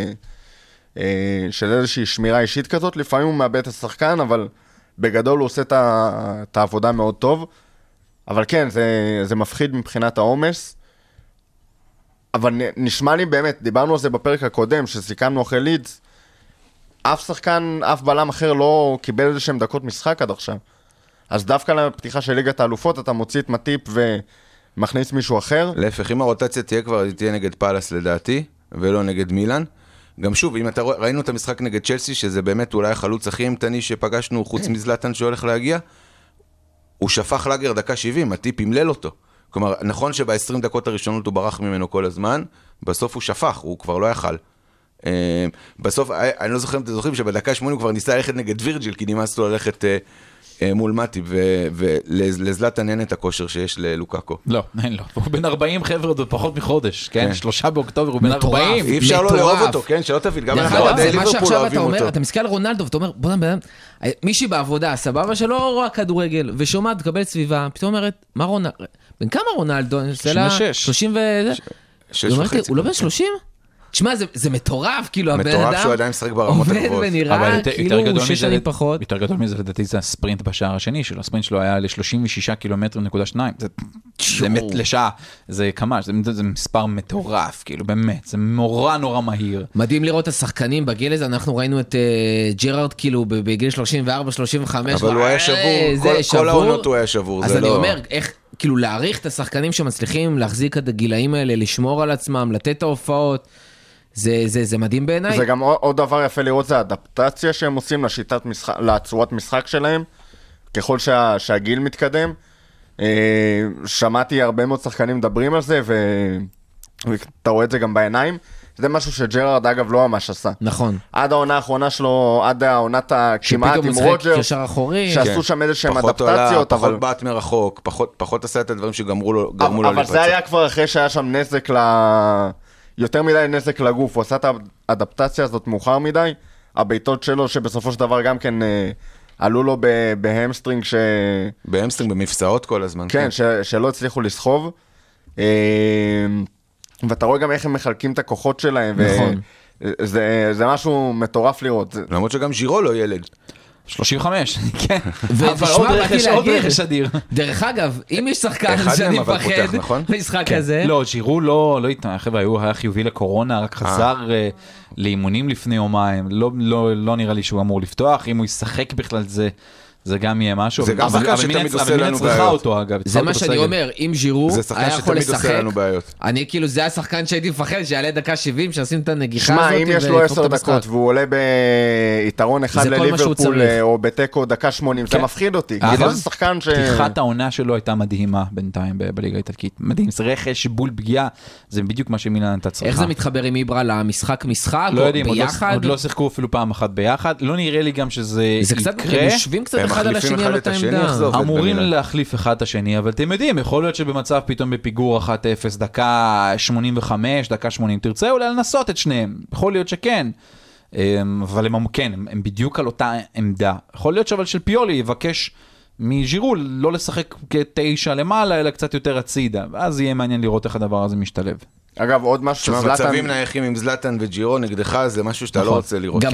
של איזושהי שמירה אישית כזאת, לפעמים הוא מאבד את השחקן, אבל בגדול הוא עושה את העבודה מאוד טוב, אבל כן, זה מפחיד מבחינת העומס, אבל נשמע לי באמת, דיברנו על זה בפרק הקודם, שסיכמנו אחרי לידס, אף שחקן, אף בלם אחר לא קיבל איזה שהם דקות משחק עד עכשיו. אז דווקא לפתיחה של ליגת האלופות, אתה מוציא את מטיפ ומכניס מישהו אחר. להפך, אם הרוטציה תהיה כבר, תהיה נגד פלס לדעתי, ולא נגד מילאן. גם שוב, אם ראינו את המשחק נגד צ'לסי, שזה באמת אולי החלוץ הכי אימתני שפגשנו חוץ מזלטן שהולך להגיע, הוא שפך לגר דקה 70, מטיפ המלל אותו. כלומר, נכון שב-20 דקות הראשונות הוא ברח ממנו כל הזמן, בסוף הוא שפך, הוא כבר לא יכל. בסוף, אני לא זוכר אם אתם זוכרים שבדקה 8 הוא כבר ניסה ללכת נגד וירג'יל, כי נמאס לו ללכת מול מטיפ, ולזלטן אין את הכושר שיש ללוקאקו. לא, אין לו. הוא בן 40 חבר'ה עוד פחות מחודש, כן? 3 באוקטובר הוא בן 40. אי אפשר לא לאהוב אותו, כן? שלא תבין, גם אנחנו עדיין ליברפול אוהבים אותו. אתה מסתכל על רונלדו, ואתה אומר, בוא נדבר, מישהי בעבודה, סבבה שלא רואה כדורגל, ושומעת, תקבל סביבה, פתאום אומרת, מה רונלדו? בן כמה רונלדו? 36. 30 הוא לא בן 30? תשמע, זה מטורף, כאילו, הבן אדם מטורף שהוא עדיין משחק ברמות עובד הגבוהות. ונראה כאילו 6 שנים פחות. יותר גדול מזה, לדעתי זה הספרינט בשער השני שלו, הספרינט שלו היה ל-36 קילומטרים נקודה 2, זה לשעה, זה כמה, זה מספר מטורף, כאילו, באמת, זה נורא מהיר. מדהים לראות את השחקנים בגיל הזה, אנחנו ראינו את ג'רארד, כאילו, בגיל 34, 35, אבל הוא היה שבור, כל העונות הוא היה שבור, אז אני אומר, איך, כאילו, להעריך את השחקנים שמצליחים להחזיק את הגילאים האלה, לשמור על עצמם, לתת את ההופעות, זה מדהים בעיניי. זה גם עוד דבר יפה לראות, זה האדפטציה שהם עושים לשיטת משחק, לצורת משחק שלהם, ככל שהגיל מתקדם. שמעתי הרבה מאוד שחקנים מדברים על זה, ואתה רואה את זה גם בעיניים. זה משהו שג'רארד אגב לא ממש עשה. נכון. עד העונה האחרונה שלו, עד העונת הכמעט עם רוג'ר, שעשו שם איזה שהם אדפטציות. פחות בעט מרחוק, פחות עשה את הדברים שגרמו לו להיפצע. אבל זה היה כבר אחרי שהיה שם נזק יותר מדי נזק לגוף, הוא עשה את האדפטציה הזאת מאוחר מדי, הביתות שלו שבסופו של דבר גם כן עלו לו בהמסטרינג בהמסטרינג, במפסעות כל הזמן. כן, שלא הצליחו לסחוב, ואתה רואה גם איך הם מחלקים את הכוחות שלהם, נכון. זה משהו מטורף לראות. למרות שגם ז'ירו לא ילד. 35, כן. אבל עוד רכש אדיר. דרך אגב, אם יש שחקן שאני מפחד משחק כזה. לא, ז'ירו לא התנאה, חבר'ה, היה חיובי לקורונה, רק חזר לאימונים לפני יומיים, לא נראה לי שהוא אמור לפתוח, אם הוא ישחק בכלל זה גם יהיה משהו. זה גם שחקן שתמיד עושה לנו בעיות. זה מה שאני אומר, אם ז'ירו היה יכול לשחק, אני כאילו זה השחקן שהייתי מפחד, שיעלה דקה 70, שעושים את הנגיחה הזאת. שמע, אם יש לו 10 דקות והוא עולה ביתרון אחד לליברפול, או בטקו דקה 80, זה מפחיד אותי. כאילו זה שחקן ש... פתיחת העונה שלו הייתה מדהימה בינתיים בליגה האיטלקית. מדהים, זה רכש בול פגיעה, זה בדיוק מה שמילאן הייתה צריכה. איך זה מתחבר עם איברה למשחק לא יודעים, עוד לא שיחקו אפילו פעם אחת ביחד. לא נראה לי גם שזה יקרה. יושבים קצת אחד על השני על אותה עמדה. אמורים להחליף אחד את השני, אבל אתם יודעים, יכול להיות שבמצב פתאום בפיגור 1-0, דקה 85, דקה 80, תרצה אולי לנסות את שניהם. יכול להיות שכן. אבל הם בדיוק על אותה עמדה. יכול להיות אבל של פיולי יבקש מז'ירו לא לשחק כ9 למעלה, אלא קצת יותר הצידה. ואז יהיה מעניין לראות איך הדבר הזה משתלב. אגב, עוד משהו שזלטן... מצבים נייחים עם זלטן וג'ירו נגדך, זה משהו שאתה לא רוצה לראות.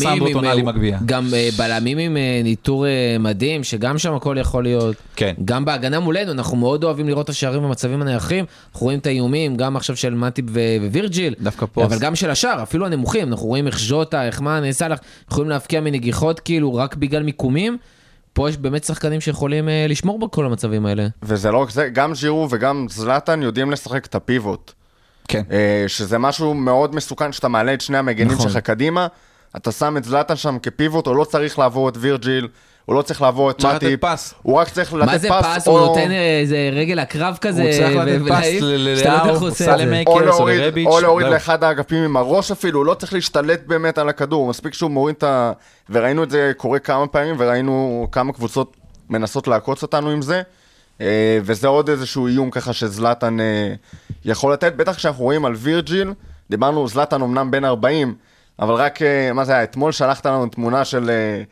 גם בלמים עם ניטור מדהים, שגם שם הכל יכול להיות. גם בהגנה מולנו, אנחנו מאוד אוהבים לראות את השערים במצבים הנייחים, אנחנו רואים את האיומים, גם עכשיו של מטיב ווירג'יל, אבל גם של השער, אפילו הנמוכים, אנחנו רואים איך ז'וטה, איך מאן, סלאח, יכולים להפקיע מנגיחות כאילו רק בגלל מיקומים, פה יש באמת שחקנים שיכולים לשמור בכל המצבים האלה. וזה לא רק זה, גם ז'ירו וגם זלטן יודעים לשחק את הפיבוט. כן. שזה משהו מאוד מסוכן, שאתה מעלה את שני המגנים שלך קדימה, אתה שם את זלטן שם כפיבוט, הוא לא צריך לעבור את וירג'יל, הוא לא צריך לעבור את מטיפ, הוא רק צריך לתת פס. מה זה פס? הוא נותן איזה רגל הקרב כזה, הוא צריך לתת פס ללאו, סלמקרס או לרביץ'. או להוריד לאחד האגפים עם הראש אפילו, הוא לא צריך להשתלט באמת על הכדור, מספיק שהוא מוריד את ה... וראינו את זה קורה כמה פעמים, וראינו כמה קבוצות מנסות לעקוץ אותנו עם זה. וזה עוד איזשהו איום ככה שזלטן יכול לתת, בטח כשאנחנו רואים על וירג'יל, דיברנו זלטן אמנם בין 40, אבל רק, מה זה היה, אתמול שלחת לנו תמונה של...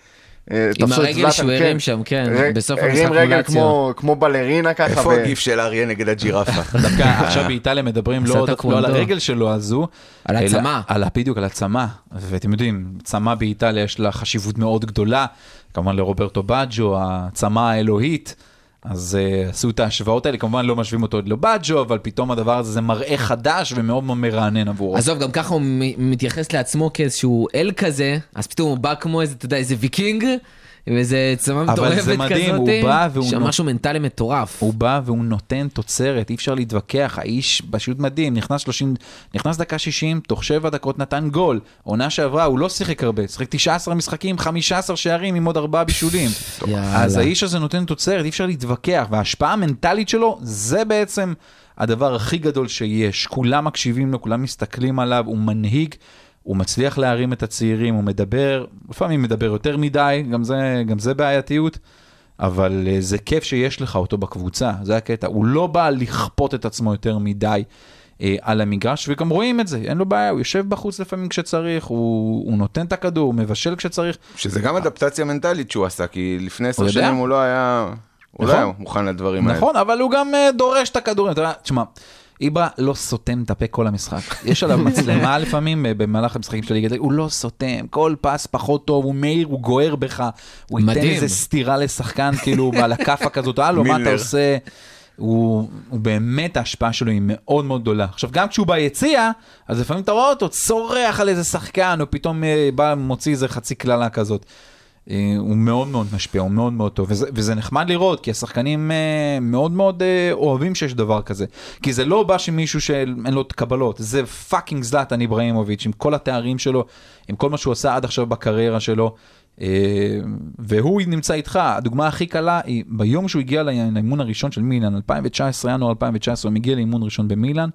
עם הרגל שהוא הרים שם, כן, בסוף המשחק הרים רגל כמו בלרינה ככה. איפה הגיף של אריה נגד הג'ירפה? דווקא עכשיו באיטליה מדברים לא על הרגל שלו הזו, על הצמה. בדיוק, על הצמה, ואתם יודעים, צמה באיטליה יש לה חשיבות מאוד גדולה, כמובן לרוברטו באג'ו, הצמה האלוהית, אז עשו את ההשוואות האלה, כמובן לא משווים אותו לבאג'ו, אבל פתאום הדבר הזה זה מראה חדש ומאוד מאוד מרענן עבורו. עזוב, גם ככה הוא מתייחס לעצמו כאיזשהו אל כזה, אז פתאום הוא בא כמו איזה, אתה יודע, איזה ויקינג, ואיזה צמה מטורפת כזאת. אבל זה מדהים, הוא בא והוא... שם משהו מנטלי מטורף. הוא בא והוא נותן תוצרת, אי אפשר להתווכח, האיש פשוט מדהים, נכנס דקה 60, תוך 7 דקות נתן גול. עונה שעברה, הוא לא שיחק הרבה, שיחק 19 משחקים, 15 שערים עם עוד 4 בישולים. אז האיש הזה נותן תוצרת, אי אפשר להתווכח, וההשפעה המנטלית שלו, זה בעצם הדבר הכי גדול שיש. כולם מקשיבים לו, כולם מסתכלים עליו, הוא מנהיג, הוא מצליח להרים את הצעירים, הוא מדבר, לפעמים מדבר יותר מדי, גם זה בעייתיות, אבל זה כיף שיש לך אותו בקבוצה, זה הקטע. הוא לא בא לכפות את עצמו יותר מדי על המגרש, וגם רואים את זה, אין לו בעיה, הוא יושב בחוץ לפעמים כשצריך, הוא נותן את הכדור, הוא מבשל כשצריך. שזה גם אדפטציה מנטלית שהוא עשה, כי לפני 10 שנים הוא לא היה מוכן לדברים האלה. נכון, אבל הוא גם דורש את הכדורים. תשמע, איברה לא סותם את הפה כל המשחק. יש עליו מצלמה לפעמים במהלך המשחקים של ליגה, הוא לא סותם, כל פס פחות טוב, הוא מהיר, הוא גוער בך, הוא ייתן איזה סתירה לשחקן, כאילו, על הכפה כזאת, הלו, מה אתה עושה? הוא באמת, ההשפעה שלו היא מאוד מאוד גדולה. עכשיו, גם כשהוא ביציע, אז לפעמים אתה רואה אותו, צורח על איזה שחקן, או פתאום בא מוציא איזה חצי כללה כזאת. הוא מאוד מאוד משפיע, הוא מאוד מאוד טוב, וזה נחמד לראות, כי השחקנים מאוד מאוד אוהבים שיש דבר כזה, כי זה לא בא שמישהו שאין לו קבלות, זה פאקינג זלאטן איברהימוביץ' עם כל התארים שלו, עם כל מה שהוא עשה עד עכשיו בקריירה שלו, והוא נמצא איתך. הדוגמה הכי קלה היא ביום שהוא הגיע לאימון הראשון של מילאן, 2019, ינואר 2019, הוא מגיע לאימון ראשון במילאן,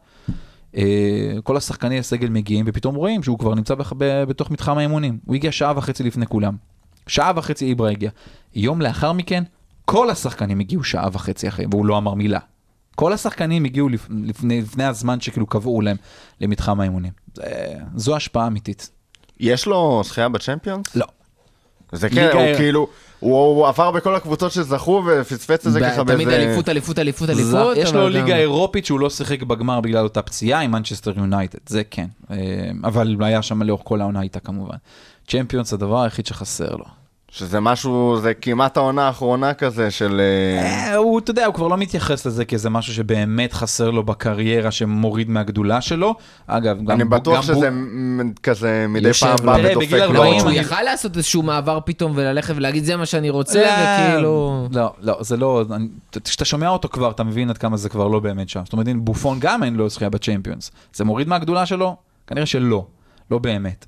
כל השחקני הסגל מגיעים, ופתאום רואים שהוא כבר נמצא בתוך מתחם האימונים, הוא הגיע 1.5 שעה לפני כולם. 1.5 שעה איברה הגיע. יום לאחר מכן, כל השחקנים הגיעו 1.5 שעה אחרי, והוא לא אמר מילה. כל השחקנים הגיעו לפני הזמן שכאילו קבעו להם למתחם האימונים. זו השפעה אמיתית. יש לו זכייה בצ'מפיונס? לא. זה כן, הוא כאילו, הוא עבר בכל הקבוצות שזכו ופספץ את זה ככה באיזה... תמיד אליפות. יש לו ליגה אירופית שהוא לא שיחק בגמר בגלל אותה פציעה עם מנצ'סטר יונייטד, זה כן. אבל היה שם לאורך כל העונה איתה כמובן. צ'מפיונס הדבר היחיד שחסר לו. שזה משהו, זה כמעט העונה האחרונה כזה של... הוא, אתה יודע, הוא כבר לא מתייחס לזה כאיזה משהו שבאמת חסר לו בקריירה שמוריד מהגדולה שלו. אגב, גם... אני בטוח שזה כזה מדי פעם בא ודופק לו. הוא יכל לעשות איזשהו מעבר פתאום וללכת ולהגיד זה מה שאני רוצה, וכאילו... לא, זה לא... כשאתה שומע אותו כבר, אתה מבין עד כמה זה כבר לא באמת שם. זאת אומרת, בופון גם אין לו זכייה בצ'מפיונס. זה מוריד מהגדולה שלו? כנראה שלא. לא באמת.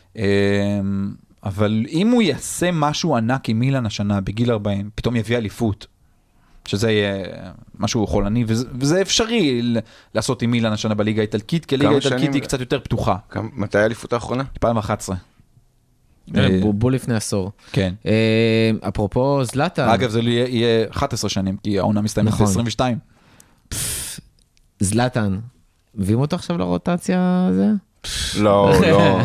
אבל אם הוא יעשה משהו ענק עם מילאן השנה בגיל 40, פתאום יביא אליפות, שזה יהיה משהו חולני, וזה אפשרי לעשות עם מילאן השנה בליגה האיטלקית, כי הליגה האיטלקית היא קצת יותר פתוחה. מתי האליפות האחרונה? 2011. בול לפני עשור. כן. אפרופו זלאטן. אגב, זה יהיה 11 שנים, כי העונה מסתיימת ב-22. זלאטן, מביאים אותו עכשיו לרוטציה הזה? לא, לא.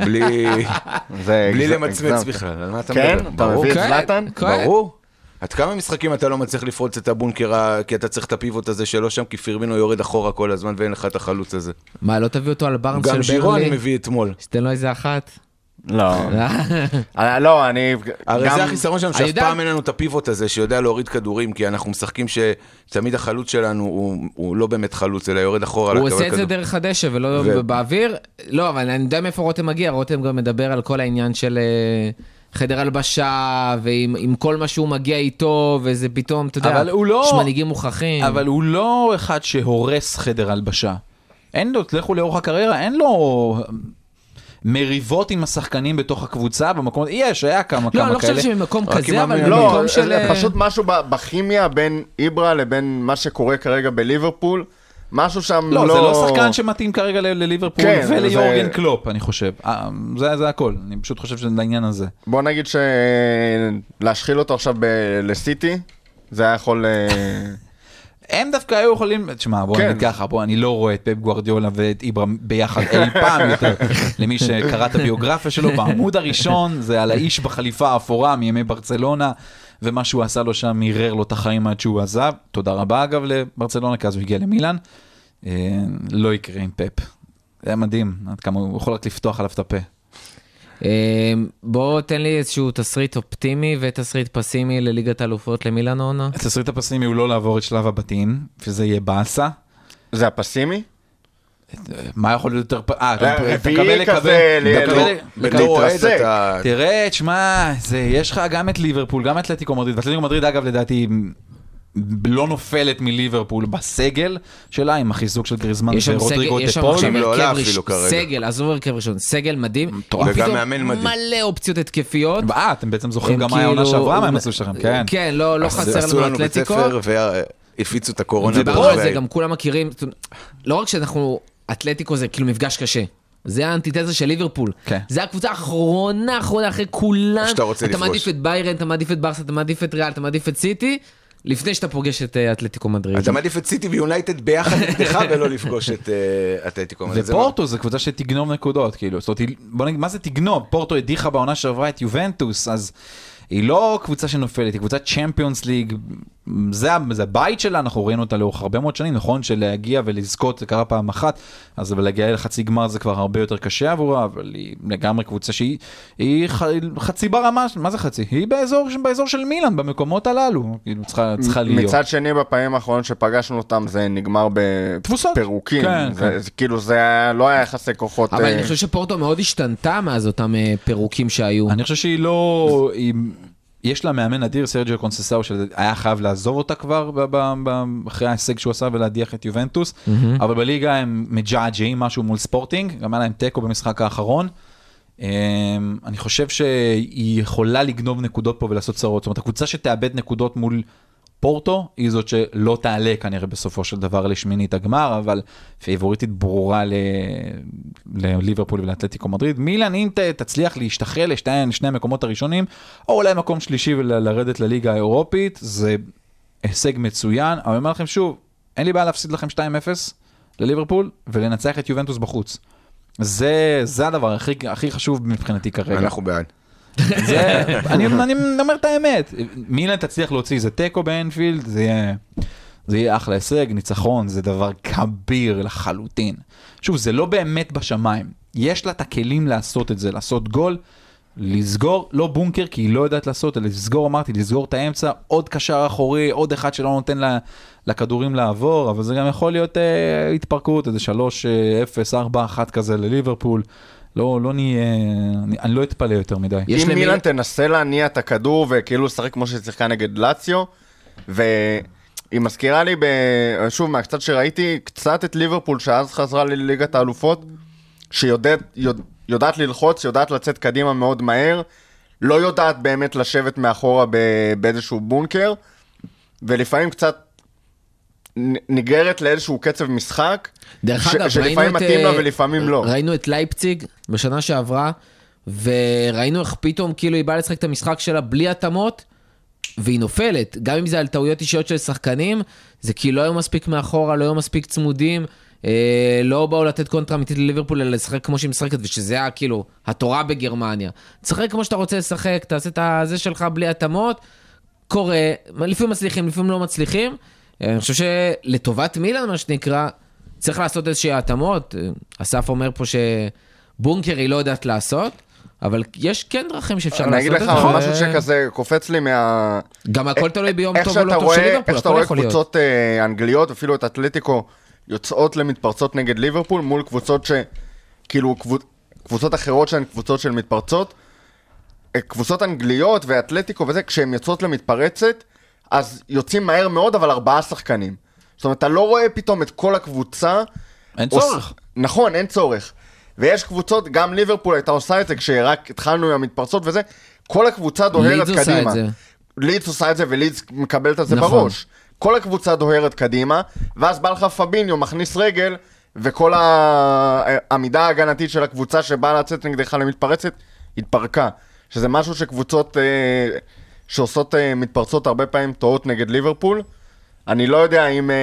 בלי למצמץ בכלל, על מה אתה כן? מדבר? אתה מביא את זלאטן? ברור. עד כמה משחקים אתה לא מצליח לפרוץ את הבונקר, כי אתה צריך את הפיבוט הזה שלו שם, כי פירמינו יורד אחורה כל הזמן ואין לך את החלוץ הזה. מה, לא תביא אותו על ברנס של ברלי? גם ז'ירו אני מביא אתמול. שתן לו איזה אחת. לא. לא, אני... הרי זה החיסרון שלנו, שאף פעם אין לנו את הפיבוט הזה שיודע להוריד כדורים, כי אנחנו משחקים שתמיד החלוץ שלנו הוא לא באמת חלוץ, אלא יורד אחורה. הוא עושה את זה דרך הדשא ולא באוויר. לא, אבל אני יודע מאיפה רותם מגיע. רותם גם מדבר על כל העניין של חדר הלבשה, ועם כל מה שהוא מגיע איתו, וזה פתאום, אתה יודע, יש מנהיגים מוכחים. אבל הוא לא אחד שהורס חדר הלבשה. אין לו, תלכו לאורך הקריירה, אין לו... מריבות עם השחקנים בתוך הקבוצה, במקום... היה כמה כאלה. לא, אני לא חושב שממקום כזה, אבל במקום של... לא, פשוט משהו בכימיה בין איברה לבין מה שקורה כרגע בליברפול, משהו שם לא... לא, זה לא שחקן שמתאים כרגע לליברפול וליורגן קלופ, אני חושב. זה הכל, אני פשוט חושב שזה לעניין הזה. בוא נגיד שלהשחיל אותו עכשיו לסיטי, זה היה יכול... הם דווקא היו יכולים, תשמע, בוא נגיד ככה, אני לא רואה את פפ גוארדיולה ואת איברה ביחד אי פעם יותר, למי שקרא את הביוגרפיה שלו, בעמוד הראשון זה על האיש בחליפה האפורה מימי ברצלונה, ומה שהוא עשה לו שם עירר לו את החיים עד שהוא עזב. תודה רבה אגב לברצלונה, כי אז הוא הגיע למילאן. לא יקרה עם פפ. זה היה מדהים, עד כמה הוא יכול רק לפתוח עליו את הפה. בוא תן לי איזשהו תסריט אופטימי ותסריט פסימי לליגת האלופות למילאן עונה. התסריט הפסימי הוא לא לעבור את שלב הבתים, וזה יהיה באסה. זה הפסימי? מה יכול להיות יותר... רביעי כזה, להתרסק. תראה, תשמע, יש לך גם את ליברפול, גם את אתלטיקו מדריד, ואתלטיקו מדריד אגב לדעתי לא נופלת מליברפול בסגל שלה, עם החיזוק של גריזמן ורודריגו דה פול. סגל, עזוב הרכב ראשון, סגל מדהים, וגם מאמן מדהים. מלא אופציות התקפיות. אתם בעצם זוכרים גם מה העונה שעברה, מה הם עשו שלכם, כן. כן, לא חסר לנו אתלטיקו. והפיצו את הקורונה. ודיברנו על זה, גם כולם מכירים, לא רק שאנחנו, אתלטיקו זה כאילו מפגש קשה. זה האנטיתזה של ליברפול. זה הקבוצה האחרונה אחרי כולם. אתה מעדיף את ביירן, אתה מעדיף את ברסה, אתה מעדיף את ריאל, אתה מעדיף את סיטי. לפני שאתה פוגש את אתלטיקו מדריד. אתה מעדיף את סיטי ויונייטד ביחד נגדך ולא לפגוש את אתלטיקו מדריד. ופורטו זה קבוצה שתגנוב נקודות, כאילו. בוא נגיד, מה זה תגנוב? פורטו הדיחה בעונה שעברה את יובנטוס, אז היא לא קבוצה שנופלת, היא קבוצת צ'מפיונס ליג, זה הבית שלה, אנחנו ראינו אותה לאורך הרבה מאוד שנים, נכון? שלהגיע ולזכות, זה קרה פעם אחת, אז להגיע לחצי גמר זה כבר הרבה יותר קשה עבורה, אבל היא לגמרי קבוצה שהיא חצי ברמה, מה זה חצי? היא באזור של מילאן, במקומות הללו, כאילו צריכה להיות. מצד שני, בפעמים האחרונות שפגשנו אותם, זה נגמר בפירוקים, כאילו זה לא היה יחסי כוחות. אבל אני חושב שפורטו מאוד השתנתה מאז אותם פירוקים שהיו. אני חושב שהיא לא... יש לה מאמן אדיר, סרג'יו קונססאו, שהיה חייב לעזוב אותה כבר אחרי ההישג שהוא עשה ולהדיח את יובנטוס, אבל בליגה הם מג'אג'ים משהו מול ספורטינג, גם היה להם טקו במשחק האחרון. אני חושב שהיא יכולה לגנוב נקודות פה ולעשות צרות, זאת אומרת, הקבוצה שתאבד נקודות מול פורטו, היא זאת שלא תעלה כנראה בסופו של דבר לשמינית הגמר, אבל פייבוריטית ברורה לליברפול ולאתלטיקו מדריד. מילאן, אם תצליח להשתחרר לשני המקומות הראשונים, או אולי מקום שלישי ולרדת לליגה האירופית, זה הישג מצוין. אבל אני אומר לכם שוב, אין לי בעיה להפסיד לכם 2-0 לליברפול, ולנצח את יובנטוס בחוץ. זה הדבר הכי חשוב מבחינתי כרגע. אנחנו בעד. אני אומר את האמת, מילאן תצליח להוציא, זה טקו באנפילד, זה יהיה אחלה הישג, ניצחון, זה דבר כביר לחלוטין. שוב, זה לא באמת בשמיים, יש לה את הכלים לעשות את זה, לעשות גול, לסגור, לא בונקר, כי היא לא יודעת לעשות, אלא לסגור, אמרתי, לסגור את האמצע, עוד קשר אחורי, עוד אחד שלא נותן לכדורים לעבור, אבל זה גם יכול להיות התפרקות, איזה 3-0-4-1 כזה לליברפול, לא נהיה, אני לא אתפלא יותר מדי. אם מילאן תנסה להניע את הכדור וכאילו לשחק כמו ששיחקה נגד לאציו, והיא מזכירה לי, שוב, מהקצת שראיתי, קצת את ליברפול, שאז חזרה לליגת האלופות, שיודעת ללחוץ, יודעת לצאת קדימה מאוד מהר, לא יודעת באמת לשבת מאחורה באיזשהו בונקר, ולפעמים קצת ניגרת לאיזשהו קצב משחק, דרך אגב, שלפעמים מתאים לה ולפעמים לא. ראינו את לייפציג בשנה שעברה, וראינו איך פתאום כאילו היא באה לשחק את המשחק שלה בלי התאמות, והיא נופלת, גם אם זה על טעויות אישיות של שחקנים, זה כי לא היו מספיק מאחורה, לא היו מספיק צמודים, לא באו לתת קונטרה אמיתית לליברפול, אלא לשחק כמו שהיא משחקת, ושזה היה כאילו התורה בגרמניה. תשחק כמו שאתה רוצה לשחק, תעשה את זה שלך בלי התאמות, קורה, לפעמים מצליחים, לפעמים לא מצליחים. אני חושב שלטובת מילאן, מה שנקרא, צריך לעשות איזושהי התאמות. אסף אומר פה שבונקר היא לא יודעת לעשות, אבל יש כן דרכים שאפשר לעשות את זה. אני אגיד לך משהו שכזה קופץ לי מה... גם הכל תלוי ביום טוב או לא טוב של ליברפול, איך שאתה רואה קבוצות אנגליות, אפילו את אתלטיקו, יוצאות למתפרצות נגד ליברפול, מול קבוצות כאילו קבוצות אחרות שהן קבוצות של מתפרצות, קבוצות אנגליות ואתלטיקו וזה, כשהן יוצאות למתפרצת, אז יוצאים מהר מאוד, אבל 4 שחקנים. זאת אומרת, אתה לא רואה פתאום את כל הקבוצה. אין צורך. נכון, אין צורך. ויש קבוצות, גם ליברפול הייתה עושה את זה, כשרק התחלנו עם המתפרצות וזה, כל הקבוצה דוהרת קדימה. לידס עושה את זה, ולידס מקבלת את זה בראש. כל הקבוצה דוהרת קדימה, ואז בא לך פביניו, מכניס רגל, וכל העמידה ההגנתית של הקבוצה שבאה לצאת נגדך למתפרצת, התפרקה. שזה משהו שקבוצות שעושות מתפרצות הרבה פעמים טועות נגד ליברפול. אני לא יודע אם...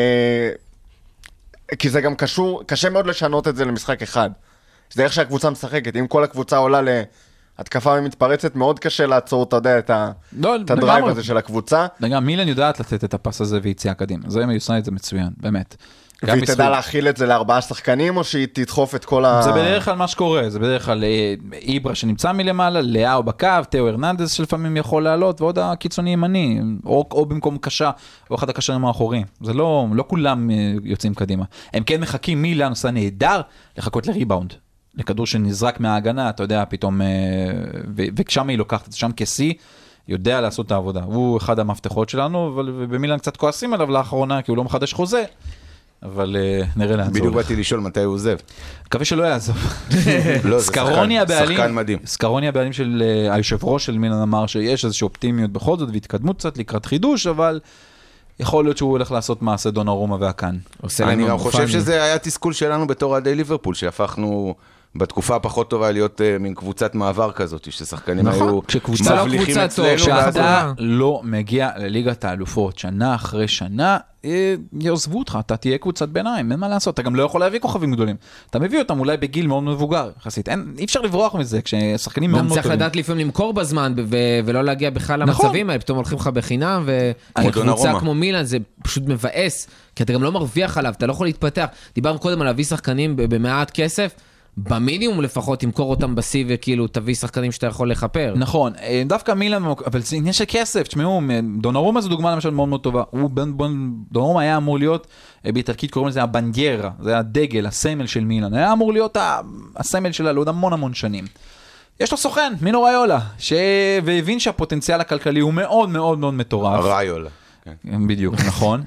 כי זה גם קשה מאוד לשנות את זה למשחק אחד. זה איך שהקבוצה משחקת. אם כל הקבוצה עולה להתקפה ומתפרצת, מאוד קשה לעצור, אתה יודע, את הדרייב הזה של הקבוצה. גם מילאן יודעת לתת את הפס הזה ויציאה קדימה. זה היא עושה את זה מצוין, באמת. והיא תדע להכיל את זה ל4 שחקנים, או שהיא תדחוף את כל זה בדרך כלל מה שקורה, זה בדרך כלל איברה שנמצא מלמעלה, לאו בקו, תאו הרננדז שלפעמים יכול לעלות, ועוד הקיצוני ימני, או במקום קשה, או אחד הקשרים האחוריים. זה לא כולם יוצאים קדימה. הם כן מחכים מילאן, עושה נהדר, לחכות לריבאונד. לכדור שנזרק מההגנה, אתה יודע, פתאום, וכשם היא לוקחת את זה, שם כסי, יודע לעשות את העבודה. הוא אחד המפתחות שלנו, אבל במילאן קצת כועסים עליו לאחרונה, כי הוא לא מחדש חוזה. אבל נראה לאן בדיוק באתי לשאול מתי הוא עוזב. מקווה שלא יעזוב. לא, זה שחקן מדהים. סקרוני הבעלים של היושב ראש של מילאן אמר שיש איזושהי אופטימיות בכל זאת והתקדמות קצת לקראת חידוש, אבל יכול להיות שהוא הולך לעשות מעשה דונרומה והקאן. אני גם חושב שזה היה תסכול שלנו בתור עדי ליברפול, שהפכנו בתקופה הפחות טובה להיות מין קבוצת מעבר כזאת, ששחקנים היו מבליחים אצלנו. כשאתה לא מגיע לליגת האלופות שנה אחרי שנה, יעזבו אותך, אתה תהיה קבוצת ביניים, אין מה לעשות, אתה גם לא יכול להביא כוכבים גדולים. אתה מביא אותם אולי בגיל מאוד מבוגר, יחסית. אי אפשר לברוח מזה, כששחקנים מאוד מאוד טובים. גם צריך לדעת לפעמים למכור בזמן, ולא להגיע בכלל למצבים האלה, פתאום הולכים לך בחינם, וקבוצה כמו מילאן זה פשוט מבאס, כי אתה גם לא מרוויח עליו, אתה לא יכול להתפתח. דיברנו קודם על להביא שחקנים במעט כסף, במינימום לפחות תמכור אותם בסי וכאילו תביא שחקנים שאתה יכול לחפר. נכון, דווקא מילאן, אבל זה עניין של כסף, תשמעו, דונרומה זו דוגמה למשל מאוד מאוד טובה, דונרומה היה אמור להיות, באיטלקית קוראים לזה הבנדיירה, זה הדגל, הסמל של מילאן, היה אמור להיות הסמל שלה לעוד המון המון שנים. יש לו סוכן, מינו ראיולה, והבין שהפוטנציאל הכלכלי הוא מאוד מאוד מאוד מטורף. ראיולה. בדיוק, נכון.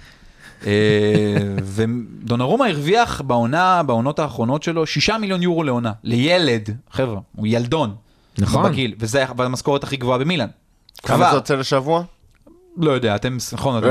ודונרומה הרוויח בעונות האחרונות שלו 6 מיליון יורו לעונה, לילד, חבר'ה, הוא ילדון. נכון. בגיל, וזה המשכורת הכי גבוהה במילאן. כמה זה יוצא לשבוע? לא יודע, אתם, נכון,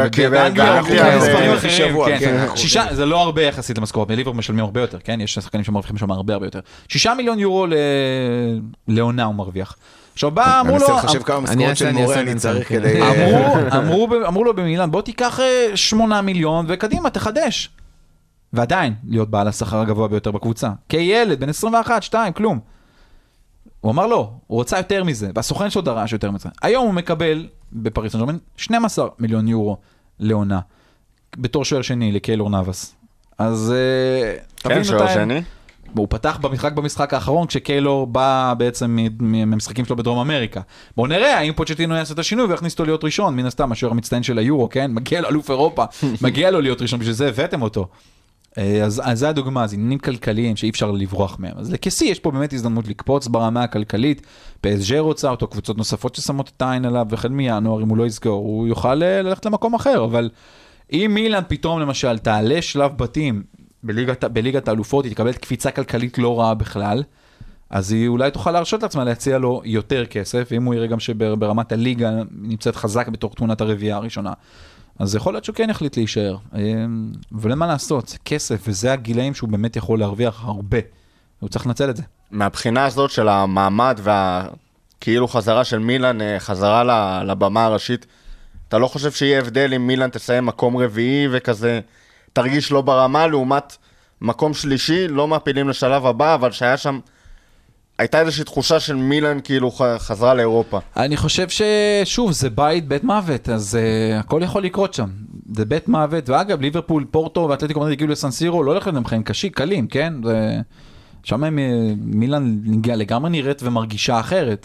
זה לא הרבה יחסית למשכורת, בליברפול משלמים הרבה יותר, כן? יש שחקנים שמרוויחים שם הרבה יותר. 6 מיליון יורו לעונה הוא מרוויח. עכשיו בא, אמרו לו... אני מנסה לחשב כמה משכורות של מורה אני צריך כדי... אמרו לו במילאן, בוא תיקח 8 מיליון וקדימה, תחדש. ועדיין, להיות בעל השכר הגבוה ביותר בקבוצה. כילד, בין 21, 2, כלום. הוא אמר לא, הוא רוצה יותר מזה, והסוכן שלו דרש יותר מזה. היום הוא מקבל בפריס סן ז'רמן 12 מיליון יורו לעונה, בתור שוער שני לקיילור נאבס. אז... כן, שוער שני? הוא פתח במשחק האחרון, כשקיילור בא בעצם מהמשחקים שלו בדרום אמריקה. בואו נראה, האם פוצ'טינו יעשה את השינוי ויכניס אותו להיות ראשון, מן הסתם, השוער המצטיין של היורו, כן? מגיע לו אלוף אירופה, מגיע לו להיות ראשון, בשביל זה הבאתם אותו. אז זה הדוגמה, זה עניינים כלכליים שאי אפשר לברוח מהם. אז לכסי יש פה באמת הזדמנות לקפוץ ברמה הכלכלית, PSG רוצה אותו, קבוצות נוספות ששמות את העין עליו, וכן מינואר, אם הוא לא יסגור, הוא יוכל ללכת למקום אחר, אבל אם מילאן פתאום למשל תעלה שלב בתים בליגת האלופות, היא תקבל קפיצה כלכלית לא רעה בכלל, אז היא אולי תוכל להרשות לעצמה להציע לו יותר כסף, ואם הוא יראה גם שברמת הליגה נמצאת חזק בתור תמונת הרביעייה הראשונה, אז יכול להיות שהוא כן יחליט להישאר. ולמה לעשות? כסף, וזה הגילאים שהוא באמת יכול להרוויח הרבה. הוא צריך לנצל את זה. מהבחינה הזאת של המעמד והכאילו חזרה של מילאן, חזרה לבמה הראשית, אתה לא חושב שיהיה הבדל אם מילאן תסיים מקום רביעי וכזה, תרגיש לא ברמה, לעומת מקום שלישי, לא מעפילים לשלב הבא, אבל שהיה שם, הייתה איזושהי תחושה של מילאן כאילו חזרה לאירופה. אני חושב ששוב, זה בית מוות, אז הכל יכול לקרות שם. זה בית מוות, ואגב, ליברפול, פורטו ואתלטיקו מדריד הגיעו לסן-סירו, לא הולכים להם חיים קלים, כן? שם מילאן לגמרי נראית ומרגישה אחרת.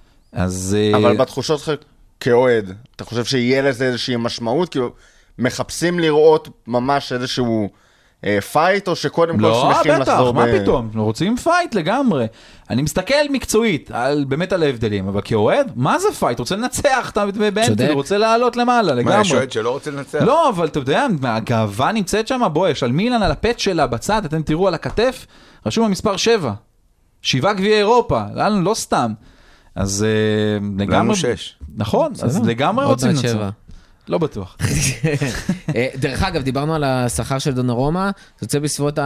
אבל בתחושות שלך כאוהד, אתה חושב שיהיה לזה איזושהי משמעות? כאילו, מחפשים לראות ממש איזשהו פייט, או שקודם כל שמחים לחזור? לא, בטח, מה פתאום? רוצים פייט לגמרי. אני מסתכל מקצועית, באמת על ההבדלים, אבל כאוהד, מה זה פייט? רוצה לנצח, אתה באנפילד, רוצה לעלות למעלה, לגמרי. מה, יש אוהד שלא רוצה לנצח? לא, אבל אתה יודע, הגאווה נמצאת שם, בוא, יש על מילאן, על הפט שלה, בצד, אתם תראו על הכתף, רשום המספר 7. 7 גביעי אירופה, לא סתם. אז לגמרי... לנו 6. נכון, אז לגמרי רוצים לנצח. לא בטוח. דרך אגב, דיברנו על השכר של דונרומה, זה יוצא בסביבות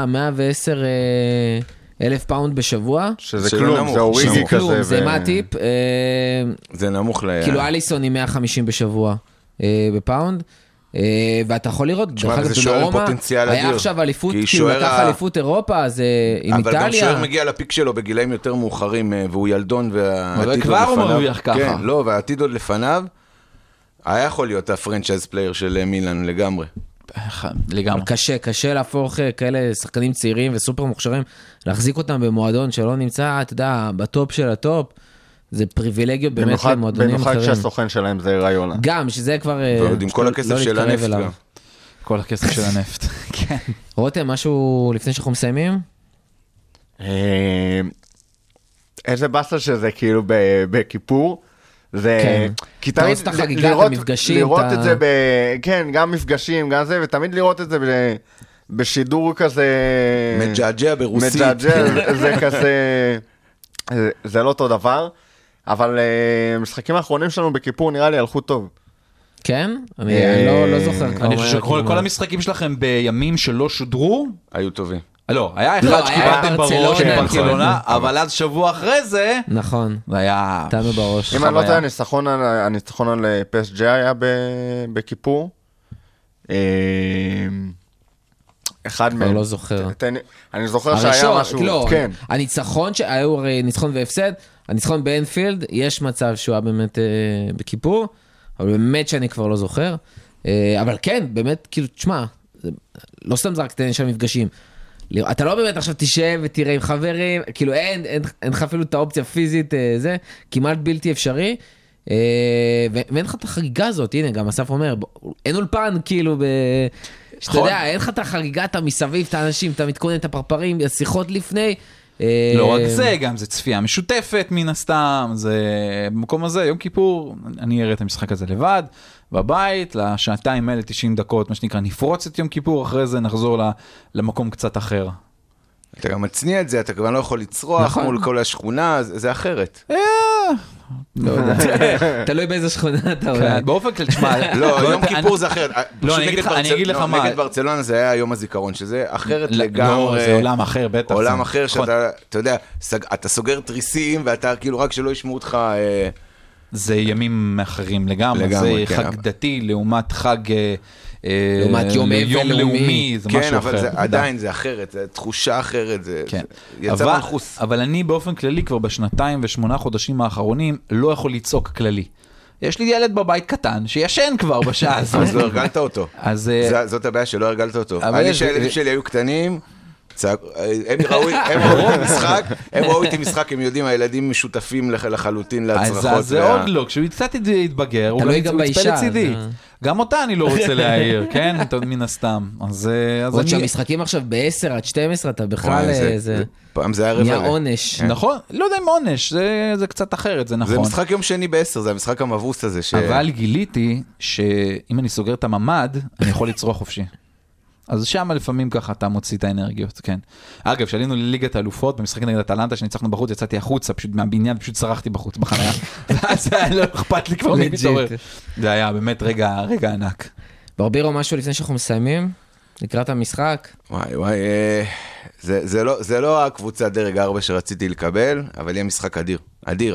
ה$110,000 בשבוע. שזה כלום, זה אוריגי כזה. זה מאטיפ. זה נמוך כאילו אליסון עם 150 בשבוע בפאונד. ואתה יכול לראות, דרך אגב, דונרומה היה עכשיו אליפות, כאילו לקח אליפות אירופה, אז עם איטליה. אבל גם שוער מגיע לפיק שלו בגילאים יותר מאוחרים, והוא ילדון והעתיד כבר הוא מרוויח ככה. כן, לא, והעתיד עוד לפניו. היה יכול להיות הפרנצ'ייז פלייר של מילאן לגמרי. לגמרי. קשה להפוך כאלה שחקנים צעירים וסופר מוכשרים, להחזיק אותם במועדון שלא נמצא, אתה יודע, בטופ של הטופ, זה פריבילגיות באמת למועדונים אחרים. במיוחד שהסוכן שלהם זה ראיולה. גם, שזה כבר ועוד עם כל הכסף של הנפט גם. כל הכסף של הנפט, כן. רותם, משהו לפני שאנחנו מסיימים? איזה בסה שזה כאילו בכיפור, זה, כי תמיד לראות את זה, כן, גם מפגשים, גם זה, ותמיד לראות את זה בשידור כזה, מג'עג'ע ברוסית, זה כזה, זה לא אותו דבר, אבל המשחקים האחרונים שלנו בכיפור נראה לי הלכו טוב. כן? אני לא זוכר. אני חושב שכל המשחקים שלכם בימים שלא שודרו, היו טובים. לא, היה אחד שקיבלתם בראש בברצלונה, אבל אז שבוע אחרי זה, נכון, זה היה תנו בראש. אם אני לא יודע, הניצחון על PSG היה בכיפור. אחד מהם. לא זוכר. אני זוכר שהיה משהו, כן. הניצחון, שהיו ניצחון והפסד, הניצחון באנפילד, יש מצב שהוא היה באמת בכיפור, אבל באמת שאני כבר לא זוכר. אבל כן, באמת, כאילו, תשמע, לא סתם זרקת שם מפגשים. אתה לא באמת עכשיו תשב ותראה עם חברים, כאילו אין לך אפילו את האופציה הפיזית, זה כמעט בלתי אפשרי, ואין לך את החגיגה הזאת, הנה גם אסף אומר, אין אולפן כאילו, שאתה יודע, אין לך את החגיגה, אתה מסביב, את האנשים, אתה מתכונן את הפרפרים, השיחות לפני. לא רק זה, גם זה צפייה משותפת מן הסתם, זה במקום הזה, יום כיפור, אני אראה את המשחק הזה לבד, בבית, לשעתיים האלה 90 דקות, מה שנקרא, נפרוץ את יום כיפור, אחרי זה נחזור למקום קצת אחר. אתה גם מצניע את זה, אתה כבר לא יכול לצרוח מול כל השכונה, זה אחרת. לא יודע. תלוי באיזה שכונה אתה רואה. באופן כלל, תשמע, לא, יום כיפור זה אחרת. לא, אני אגיד לך מה. נגד ברצלונה זה היה יום הזיכרון, שזה אחרת לגמרי. לא, זה עולם אחר, בטח. עולם אחר שאתה, אתה יודע, אתה סוגר תריסים, ואתה כאילו רק שלא ישמעו אותך. זה ימים אחרים לגמרי. זה חג דתי לעומת חג... לעומת יום לאומי, זה משהו אחר. כן, אבל עדיין זה אחרת, זה תחושה אחרת, זה יצא מנחוס. אבל אני באופן כללי כבר בשנתיים ו8 חודשים האחרונים לא יכול לצעוק כללי. יש לי ילד בבית קטן שישן כבר בשעה הזאת. אז לא הרגלת אותו. זאת הבעיה שלא הרגלת אותו. אני שהילדים שלי היו קטנים, הם ראו איתי משחק, הם יודעים, הילדים משותפים לחלוטין להצרחות. אז זה עוד לא, כשהוא קצת התבגר, הוא גם יצפה לצידי. גם אותה אני לא רוצה להעיר, כן? מן הסתם. עוד שהמשחקים עכשיו ב-10 עד 12, אתה בכלל פעם זה היה רבע. נהיה עונש. נכון, לא יודע אם עונש, זה קצת אחרת, זה נכון. זה משחק יום שני ב-10, זה המשחק המבוס הזה. אבל גיליתי שאם אני סוגר את הממד, אני יכול לצרוך חופשי. אז שם לפעמים ככה אתה מוציא את האנרגיות, כן. אגב, שעלינו לליגת האלופות, במשחק נגד אטלנטה, שניצחנו בחוץ, יצאתי החוצה, פשוט מהבניין, פשוט צרחתי בחוץ, בחניה. זה היה לא אכפת לי כבר מתעורר. זה היה באמת רגע ענק. ברבירו, משהו לפני שאנחנו מסיימים? לקראת המשחק? וואי, זה לא הקבוצה דרג 4 שרציתי לקבל, אבל יהיה משחק אדיר. אדיר.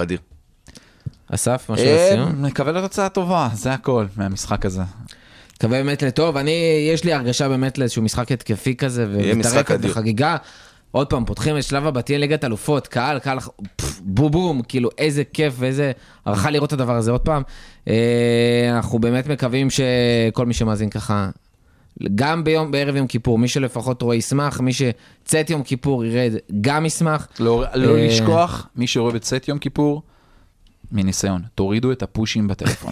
אסף, משהו לסיום? נקבל את הצעה טובה, זה הכל מהמשחק הזה. מקווה באמת לטוב, יש לי הרגשה באמת לאיזשהו משחק התקפי כזה, וטרפת וחגיגה. עוד פעם, פותחים את שלב הבתים ליגת אלופות, קהל, בום, כאילו איזה כיף ואיזה ערכה לראות את הדבר הזה עוד פעם. אנחנו באמת מקווים שכל מי שמאזין ככה, גם בערב יום כיפור, מי שלפחות רואה ישמח, מי שצאת יום כיפור ירד גם ישמח. לא לשכוח, מי שרואה בצאת יום כיפור, מניסיון, תורידו את הפושים בטלפון.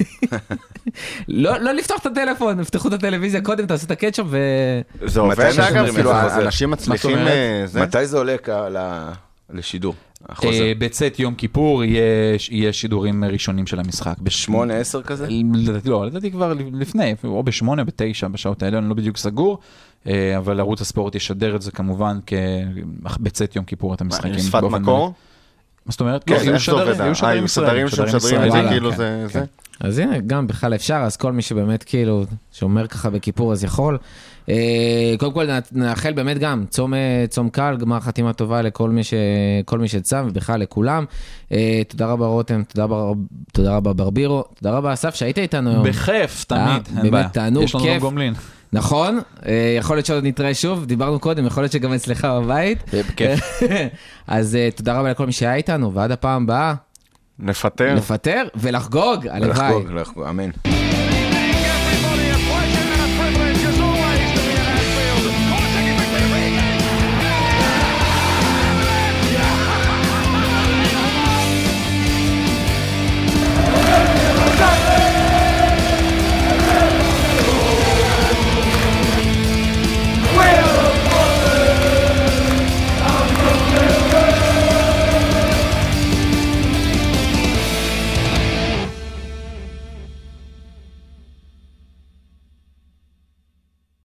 לא לפתוח את הטלפון, נפתחו את הטלוויזיה קודם, תעשו את הקטשופ ו... זה עובד אגב, כאילו אנשים מצליחים... מתי זה עולה לשידור? בצאת יום כיפור יהיה שידורים ראשונים של המשחק. ב-8-10 כזה? לדעתי כבר לפני, או ב-8, ב-9 בשעות האלה, אני לא בדיוק סגור, אבל ערוץ הספורט ישדר את זה כמובן בצאת יום כיפור את המשחקים. שפת מקור? מה זאת אומרת? לא, יהיו שדרים שמשדרים את זה, כאילו זה... אז הנה, גם בכלל אפשר, אז כל מי שבאמת כאילו, שאומר ככה בכיפור, אז יכול. קודם כל נאחל באמת גם, צום קל, גמר חתימה טובה לכל מי שצם, ובכלל לכולם. תודה רבה רותם, תודה רבה ברבירו, תודה רבה אסף שהיית איתנו היום. בכיף, תמיד, אין בעיה. באמת תענוג, יש לנו גם גומלין. נכון, יכול להיות שעוד נתראה שוב, דיברנו קודם, יכול להיות שגם אצלך בבית. בכיף. אז תודה רבה לכל מי שהיה איתנו, ועד הפעם הבאה. נפטר ולחגוג, הלוואי. לחגוג, אמן.